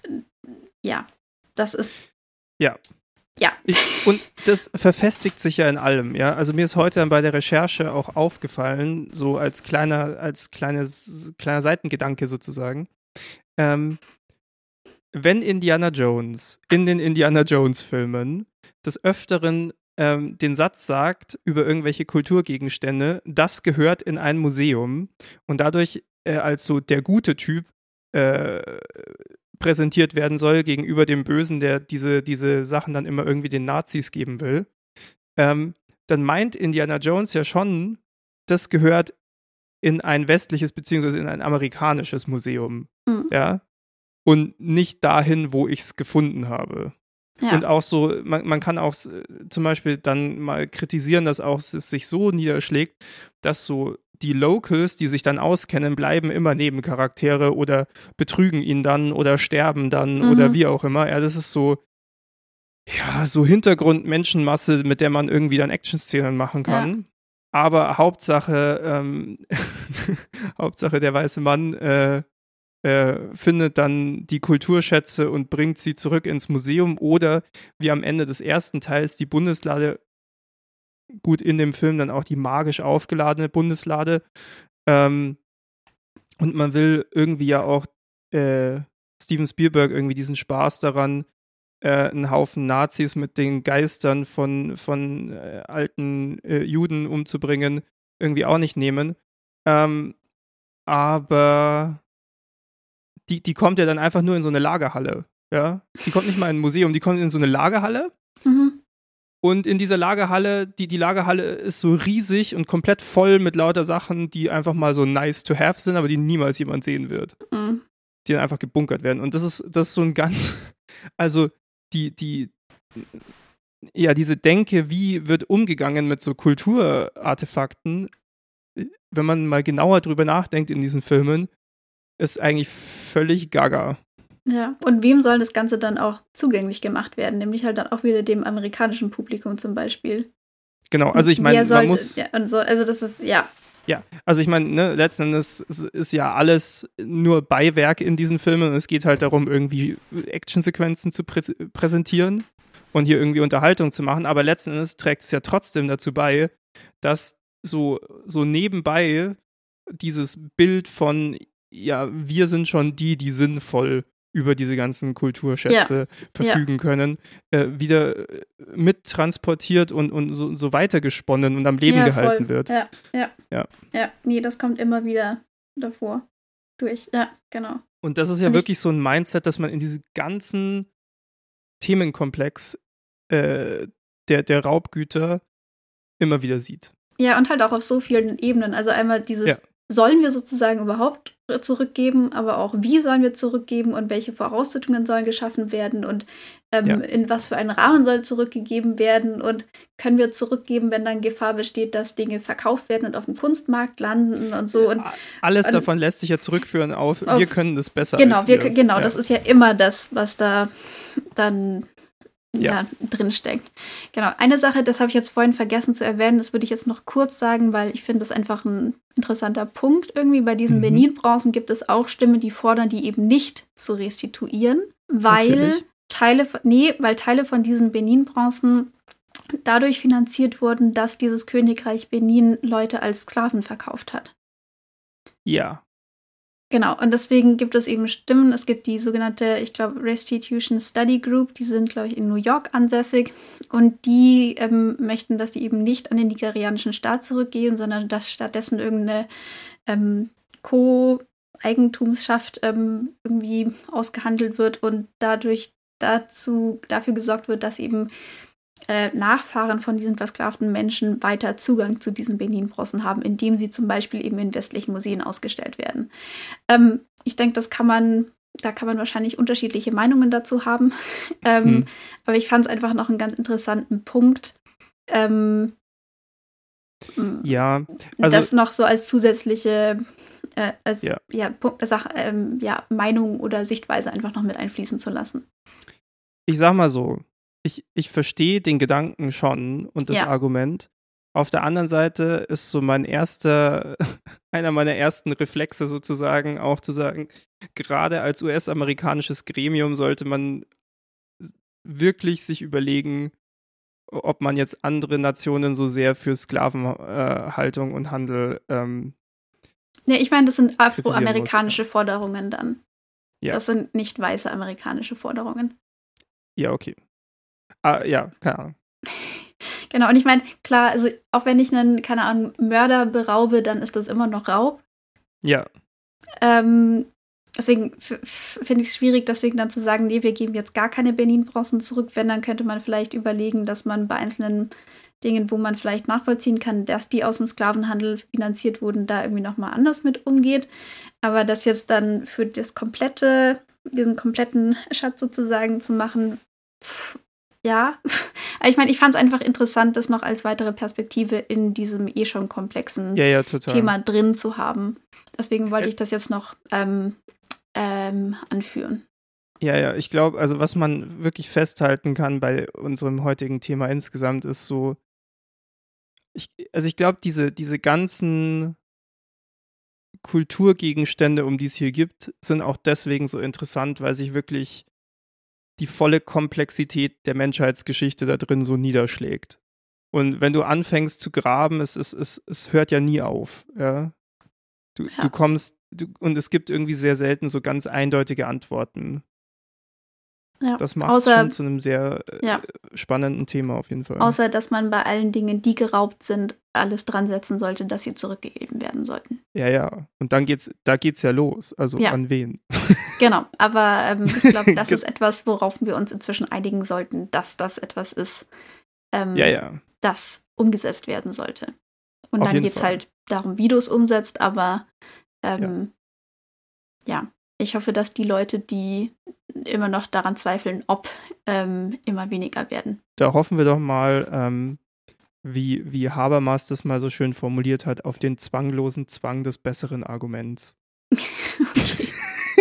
ja, das ist. Ja. Ja. Ich, und das verfestigt sich ja in allem, ja. Also mir ist heute bei der Recherche auch aufgefallen, so als kleiner, als kleines, kleiner Seitengedanke sozusagen. Ähm, wenn Indiana Jones in den Indiana Jones-Filmen des Öfteren ähm, den Satz sagt über irgendwelche Kulturgegenstände, das gehört in ein Museum und dadurch äh, als so der gute Typ äh, präsentiert werden soll gegenüber dem Bösen, der diese, diese Sachen dann immer irgendwie den Nazis geben will, ähm, dann meint Indiana Jones ja schon, das gehört in ein westliches beziehungsweise in ein amerikanisches Museum, mhm. ja, und nicht dahin, wo ich es gefunden habe. Ja. Und auch so, man, man kann auch zum Beispiel dann mal kritisieren, dass auch es sich so niederschlägt, dass so die Locals, die sich dann auskennen, bleiben immer Nebencharaktere oder betrügen ihn dann oder sterben dann mhm. oder wie auch immer. Ja, das ist so, ja, so Hintergrund-Menschenmasse, mit der man irgendwie dann Action-Szenen machen kann. Ja. Aber Hauptsache, ähm, Hauptsache der weiße Mann äh, äh, findet dann die Kulturschätze und bringt sie zurück ins Museum oder wie am Ende des ersten Teils die Bundeslade, gut in dem Film dann auch die magisch aufgeladene Bundeslade. Ähm, und man will irgendwie ja auch äh, Steven Spielberg irgendwie diesen Spaß daran, äh, einen Haufen Nazis mit den Geistern von, von äh, alten äh, Juden umzubringen, irgendwie auch nicht nehmen. Ähm, aber die, die kommt ja dann einfach nur in so eine Lagerhalle. Ja? Die kommt nicht mal in ein Museum, die kommt in so eine Lagerhalle. Mhm. Und in dieser Lagerhalle, die, die Lagerhalle ist so riesig und komplett voll mit lauter Sachen, die einfach mal so nice to have sind, aber die niemals jemand sehen wird. Mhm. Die dann einfach gebunkert werden. Und das ist, das ist so ein ganz, also die, die, ja, diese Denke, wie wird umgegangen mit so Kulturartefakten, wenn man mal genauer drüber nachdenkt in diesen Filmen, ist eigentlich völlig gaga. Ja, und wem soll das Ganze dann auch zugänglich gemacht werden? Nämlich halt dann auch wieder dem amerikanischen Publikum zum Beispiel. Genau, also ich meine, man muss... Ja, und so, also das ist, ja. Ja, also ich meine, ne, letzten Endes ist, ist ja alles nur Beiwerk in diesen Filmen und es geht halt darum, irgendwie Actionsequenzen zu prä- präsentieren und hier irgendwie Unterhaltung zu machen, aber letzten Endes trägt es ja trotzdem dazu bei, dass so, so nebenbei dieses Bild von, ja, wir sind schon die, die sinnvoll über diese ganzen Kulturschätze ja. verfügen ja. können, äh, wieder mittransportiert und, und so, so weitergesponnen und am Leben ja, gehalten voll. wird. Ja, ja, ja. Ja, nee, das kommt immer wieder davor durch. Ja, genau. Und das ist ja und wirklich so ein Mindset, dass man in diesem ganzen Themenkomplex äh, der, der Raubgüter immer wieder sieht. Ja, und halt auch auf so vielen Ebenen. Also einmal dieses, ja. sollen wir sozusagen überhaupt zurückgeben, aber auch wie sollen wir zurückgeben und welche Voraussetzungen sollen geschaffen werden und ähm, ja. in was für einen Rahmen soll zurückgegeben werden und können wir zurückgeben, wenn dann Gefahr besteht, dass Dinge verkauft werden und auf dem Kunstmarkt landen und so. Und, Alles und, davon lässt sich ja zurückführen auf, auf wir können das besser genau, als wir. wir. Genau, ja. das ist ja immer das, was da dann ja. ja, drin steckt. Genau. Eine Sache, das habe ich jetzt vorhin vergessen zu erwähnen, das würde ich jetzt noch kurz sagen, weil ich finde das einfach ein interessanter Punkt. Irgendwie bei diesen mhm. Benin-Bronzen gibt es auch Stimmen, die fordern, die eben nicht zu restituieren, weil Natürlich. Teile, nee, weil Teile von diesen Benin-Bronzen dadurch finanziert wurden, dass dieses Königreich Benin Leute als Sklaven verkauft hat. Ja. Genau, und deswegen gibt es eben Stimmen. Es gibt die sogenannte, ich glaube, Restitution Study Group, die sind, glaube ich, in New York ansässig und die ähm, möchten, dass die eben nicht an den nigerianischen Staat zurückgehen, sondern dass stattdessen irgendeine ähm, Co-Eigentumsschaft ähm, irgendwie ausgehandelt wird und dadurch dazu, dafür gesorgt wird, dass eben Äh, Nachfahren von diesen versklavten Menschen weiter Zugang zu diesen Benin-Bronzen haben, indem sie zum Beispiel eben in westlichen Museen ausgestellt werden. Ähm, ich denke, das kann man da kann man wahrscheinlich unterschiedliche Meinungen dazu haben. ähm, hm. Aber ich fand es einfach noch einen ganz interessanten Punkt. Ähm, ja, also das noch so als zusätzliche äh, als ja. Ja, Punkt, Sache, ähm, ja, Meinung oder Sichtweise einfach noch mit einfließen zu lassen. Ich sag mal so, ich, ich verstehe den Gedanken schon und das Ja. Argument. Auf der anderen Seite ist so mein erster, einer meiner ersten Reflexe sozusagen auch zu sagen, gerade als U S-amerikanisches Gremium sollte man wirklich sich überlegen, ob man jetzt andere Nationen so sehr für Sklavenhaltung äh, und Handel ähm, Nee, ich meine, das sind kritisieren afroamerikanische muss. Forderungen dann. Ja. Das sind nicht weiße amerikanische Forderungen. Ja, okay. Ah, ja, keine Ahnung. Genau, und ich meine, klar, also auch wenn ich einen, keine Ahnung, Mörder beraube, dann ist das immer noch Raub. Ja. Ähm, deswegen f- f- finde ich es schwierig, deswegen dann zu sagen, nee, wir geben jetzt gar keine Benin-Bronzen zurück. Wenn, dann könnte man vielleicht überlegen, dass man bei einzelnen Dingen, wo man vielleicht nachvollziehen kann, dass die aus dem Sklavenhandel finanziert wurden, da irgendwie nochmal anders mit umgeht. Aber das jetzt dann für das komplette, diesen kompletten Schatz sozusagen zu machen, pff, ja. Ich meine, ich fand es einfach interessant, das noch als weitere Perspektive in diesem eh schon komplexen ja, ja, total. Thema drin zu haben. Deswegen wollte ich das jetzt noch ähm, ähm, anführen. Ja, ja, ich glaube, also was man wirklich festhalten kann bei unserem heutigen Thema insgesamt ist so, ich, also ich glaube, diese, diese ganzen Kulturgegenstände, um die es hier gibt, sind auch deswegen so interessant, weil sich wirklich die volle Komplexität der Menschheitsgeschichte da drin so niederschlägt. Und wenn du anfängst zu graben, es, es, es, es hört ja nie auf. Ja? Du, Ja. du kommst, du, und es gibt irgendwie sehr selten so ganz eindeutige Antworten. Ja. Das macht Außer, schon zu einem sehr äh, ja. spannenden Thema auf jeden Fall. Außer, dass man bei allen Dingen, die geraubt sind, alles dran setzen sollte, dass sie zurückgegeben werden sollten. Ja, ja. Und dann geht's, da geht's ja los. Also ja. an wen? Genau, aber ähm, ich glaube, das ist etwas, worauf wir uns inzwischen einigen sollten, dass das etwas ist, ähm, ja, ja. das umgesetzt werden sollte. Und auf dann geht es halt darum, wie du es umsetzt, aber ähm, ja. ja, ich hoffe, dass die Leute, die immer noch daran zweifeln, ob, ähm, immer weniger werden. Da hoffen wir doch mal, ähm, wie, wie Habermas das mal so schön formuliert hat, auf den zwanglosen Zwang des besseren Arguments. Okay.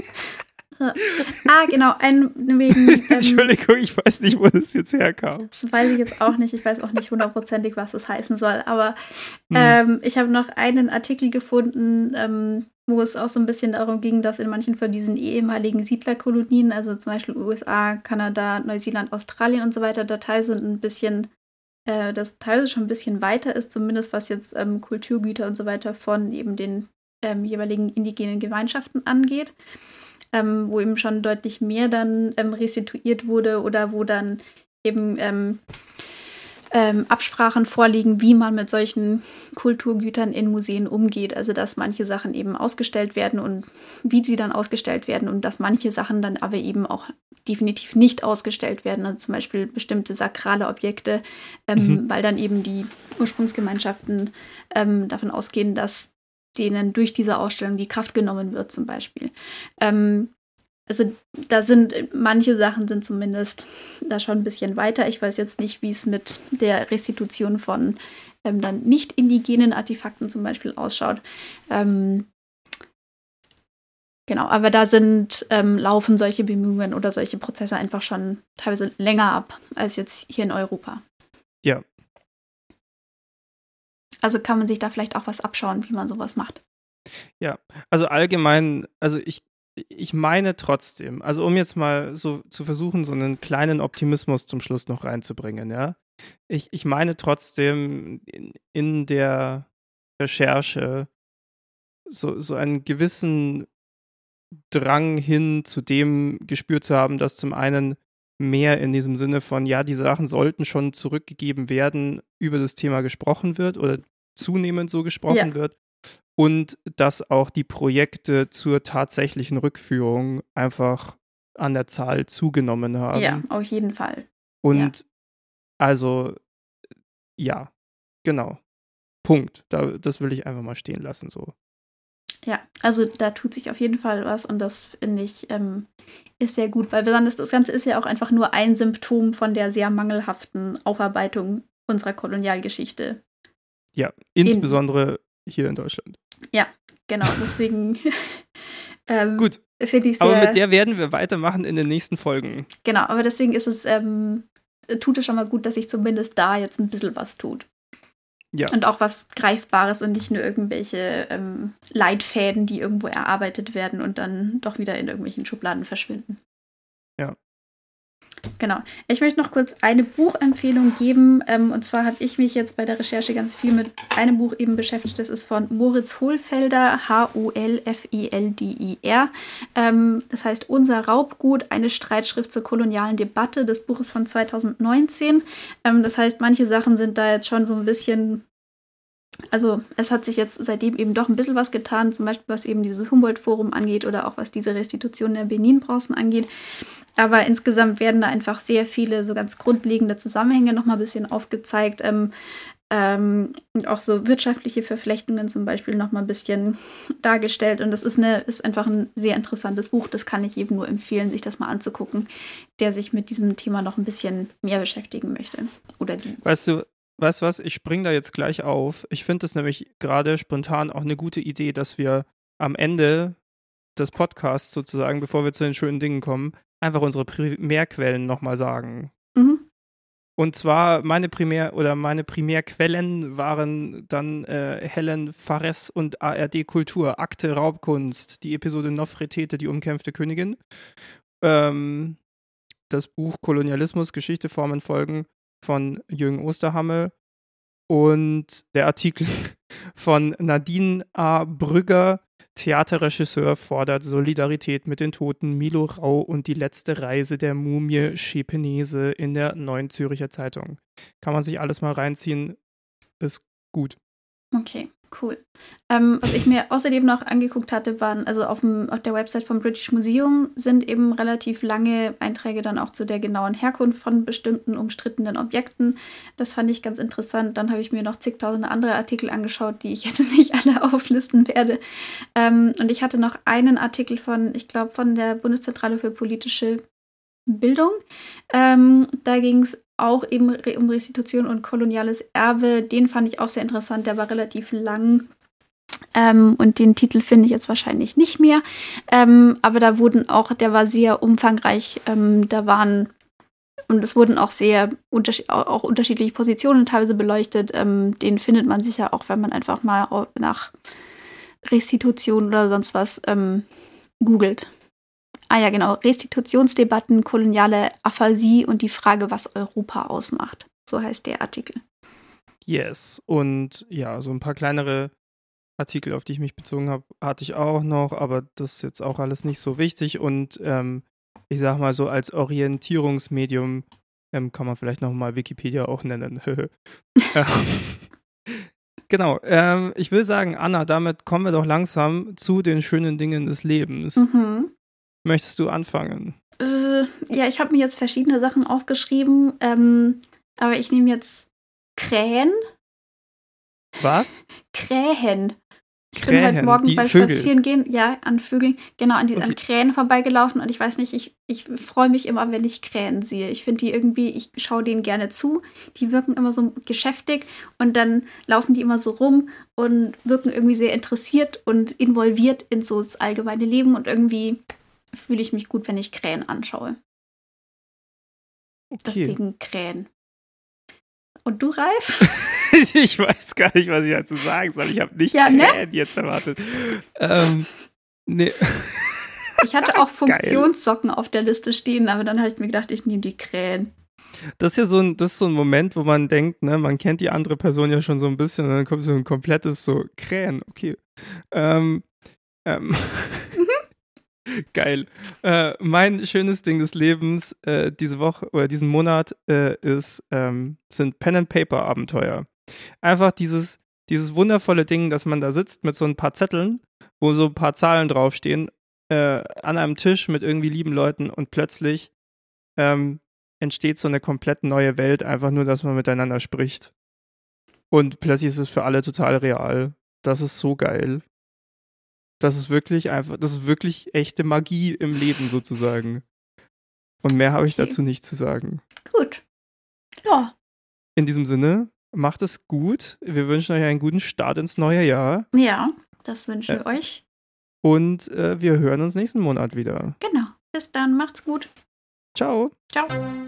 Ah, genau, ein wegen. Ähm, Entschuldigung, ich weiß nicht, wo das jetzt herkam. Das weiß ich jetzt auch nicht. Ich weiß auch nicht hundertprozentig, was das heißen soll. Aber hm. ähm, ich habe noch einen Artikel gefunden, ähm, wo es auch so ein bisschen darum ging, dass in manchen von diesen ehemaligen Siedlerkolonien, also zum Beispiel U S A, Kanada, Neuseeland, Australien und so weiter, da teilweise ein bisschen, äh, das teilweise schon ein bisschen weiter ist, zumindest was jetzt ähm, Kulturgüter und so weiter von eben den ähm, jeweiligen indigenen Gemeinschaften angeht. Ähm, wo eben schon deutlich mehr dann ähm, restituiert wurde oder wo dann eben ähm, ähm, Absprachen vorliegen, wie man mit solchen Kulturgütern in Museen umgeht. Also dass manche Sachen eben ausgestellt werden und wie sie dann ausgestellt werden und dass manche Sachen dann aber eben auch definitiv nicht ausgestellt werden. Also zum Beispiel bestimmte sakrale Objekte, ähm, mhm. weil dann eben die Ursprungsgemeinschaften ähm, davon ausgehen, dass denen durch diese Ausstellung die Kraft genommen wird, zum Beispiel. Ähm, also da sind, manche Sachen sind zumindest da schon ein bisschen weiter. Ich weiß jetzt nicht, wie es mit der Restitution von ähm, dann nicht indigenen Artefakten zum Beispiel ausschaut. Ähm, genau, aber da sind, ähm, laufen solche Bemühungen oder solche Prozesse einfach schon teilweise länger ab als jetzt hier in Europa. Ja. Also kann man sich da vielleicht auch was abschauen, wie man sowas macht. Ja, also allgemein, also ich, ich meine trotzdem, also um jetzt mal so zu versuchen, so einen kleinen Optimismus zum Schluss noch reinzubringen, ja. Ich, ich meine trotzdem in, in der Recherche so, so einen gewissen Drang hin zu dem gespürt zu haben, dass zum einen mehr in diesem Sinne von, ja, die Sachen sollten schon zurückgegeben werden, über das Thema gesprochen wird oder zunehmend so gesprochen ja. wird und dass auch die Projekte zur tatsächlichen Rückführung einfach an der Zahl zugenommen haben. Ja, auf jeden Fall. Und ja. also, ja, genau. Punkt. Da, das will ich einfach mal stehen lassen, so. Ja, also da tut sich auf jeden Fall was und das finde ich ähm, ist sehr gut, weil besonders das Ganze ist ja auch einfach nur ein Symptom von der sehr mangelhaften Aufarbeitung unserer Kolonialgeschichte. Ja, insbesondere in, hier in Deutschland. Ja, genau, deswegen ähm, gut. finde ich sehr... Aber mit der werden wir weitermachen in den nächsten Folgen. Genau, aber deswegen ist es, ähm, tut es schon mal gut, dass sich zumindest da jetzt ein bisschen was tut. Ja. Und auch was Greifbares und nicht nur irgendwelche ähm, Leitfäden, die irgendwo erarbeitet werden und dann doch wieder in irgendwelchen Schubladen verschwinden. Ja. Genau. Ich möchte noch kurz eine Buchempfehlung geben. Ähm, und zwar habe ich mich jetzt bei der Recherche ganz viel mit einem Buch eben beschäftigt. Das ist von Moritz Hohlfelder, H O L F E L D I R. Ähm, das heißt Unser Raubgut, eine Streitschrift zur kolonialen Debatte. Das Buch ist von zweitausendneunzehn. Ähm, das heißt, manche Sachen sind da jetzt schon so ein bisschen... Also es hat sich jetzt seitdem eben doch ein bisschen was getan, zum Beispiel was eben dieses Humboldt-Forum angeht oder auch was diese Restitution der Benin-Bronzen angeht. Aber insgesamt werden da einfach sehr viele so ganz grundlegende Zusammenhänge nochmal ein bisschen aufgezeigt. Ähm, ähm, und auch so wirtschaftliche Verflechtungen zum Beispiel nochmal ein bisschen dargestellt. Und das ist, eine, ist einfach ein sehr interessantes Buch. Das kann ich jedem nur empfehlen, sich das mal anzugucken, der sich mit diesem Thema noch ein bisschen mehr beschäftigen möchte. Oder die. Weißt du, Weißt du was, ich springe da jetzt gleich auf. Ich finde es nämlich gerade spontan auch eine gute Idee, dass wir am Ende des Podcasts sozusagen, bevor wir zu den schönen Dingen kommen, einfach unsere Primärquellen nochmal sagen. Mhm. Und zwar meine Primär- oder meine Primärquellen waren dann äh, Helen Fares und A R D Kultur, Akte Raubkunst, die Episode Nofretete, die umkämpfte Königin, ähm, das Buch Kolonialismus, Geschichte, Formen, Folgen von Jürgen Osterhammel und der Artikel von Nadine A. Brügger, Theaterregisseur fordert Solidarität mit den Toten, Milo Rau und die letzte Reise der Mumie Schepenese in der Neuen Zürcher Zeitung. Kann man sich alles mal reinziehen, ist gut. Okay, cool. Ähm, was ich mir außerdem noch angeguckt hatte, waren, also auf, dem, auf der Website vom British Museum sind eben relativ lange Einträge dann auch zu der genauen Herkunft von bestimmten umstrittenen Objekten. Das fand ich ganz interessant. Dann habe ich mir noch zigtausende andere Artikel angeschaut, die ich jetzt nicht alle auflisten werde. Ähm, und ich hatte noch einen Artikel von, ich glaube, von der Bundeszentrale für politische Bildung. Ähm, da ging es auch eben um Restitution und koloniales Erbe. Den fand ich auch sehr interessant. Der war relativ lang. Ähm, und den Titel finde ich jetzt wahrscheinlich nicht mehr. Ähm, aber da wurden auch, der war sehr umfangreich. Ähm, da waren, und es wurden auch sehr unterschied- auch unterschiedliche Positionen teilweise beleuchtet. Ähm, den findet man sicher auch, wenn man einfach mal nach Restitution oder sonst was ähm, googelt. Ah ja, genau. Restitutionsdebatten, koloniale Aphasie und die Frage, was Europa ausmacht. So heißt der Artikel. Yes. Und ja, so ein paar kleinere Artikel, auf die ich mich bezogen habe, hatte ich auch noch, aber das ist jetzt auch alles nicht so wichtig. Und ähm, ich sag mal so, als Orientierungsmedium ähm, kann man vielleicht nochmal Wikipedia auch nennen. Genau. Ähm, ich will sagen, Anna, damit kommen wir doch langsam zu den schönen Dingen des Lebens. Mhm. Möchtest du anfangen? Äh, ja, ich habe mir jetzt verschiedene Sachen aufgeschrieben, ähm, aber ich nehme jetzt Krähen. Was? Krähen. Ich Krähen, bin heute Morgen die beim Vögel. Spazierengehen, ja, an Vögeln, genau, an, die, Okay. an Krähen vorbeigelaufen und ich weiß nicht, ich, ich freue mich immer, wenn ich Krähen sehe. Ich finde die irgendwie, ich schaue denen gerne zu, die wirken immer so geschäftig und dann laufen die immer so rum und wirken irgendwie sehr interessiert und involviert in so das allgemeine Leben und irgendwie fühle ich mich gut, wenn ich Krähen anschaue. Okay. Deswegen Krähen. Und du, Ralf? Ich weiß gar nicht, was ich dazu sagen soll. Ich habe nicht Ja, ne? Krähen jetzt erwartet. Ähm, nee. Ich hatte auch Funktionssocken auf der Liste stehen, aber dann habe ich mir gedacht, ich nehme die Krähen. Das ist ja so ein, das ist so ein Moment, wo man denkt, ne, man kennt die andere Person ja schon so ein bisschen und dann kommt so ein komplettes so Krähen. Okay. Ähm, ähm. Geil. Äh, mein schönes Ding des Lebens äh, diese Woche oder diesen Monat äh, ist, ähm, sind Pen-and-Paper-Abenteuer. Einfach dieses, dieses wundervolle Ding, dass man da sitzt mit so ein paar Zetteln, wo so ein paar Zahlen draufstehen, äh, an einem Tisch mit irgendwie lieben Leuten und plötzlich ähm, entsteht so eine komplett neue Welt, einfach nur, dass man miteinander spricht. Und plötzlich ist es für alle total real. Das ist so geil. Das ist wirklich einfach, das ist wirklich echte Magie im Leben sozusagen. Und mehr habe ich Okay. dazu nicht zu sagen. Gut. Ja. In diesem Sinne, macht es gut. Wir wünschen euch einen guten Start ins neue Jahr. Ja, das wünschen wir Äh, euch. Und äh, wir hören uns nächsten Monat wieder. Genau. Bis dann. Macht's gut. Ciao. Ciao.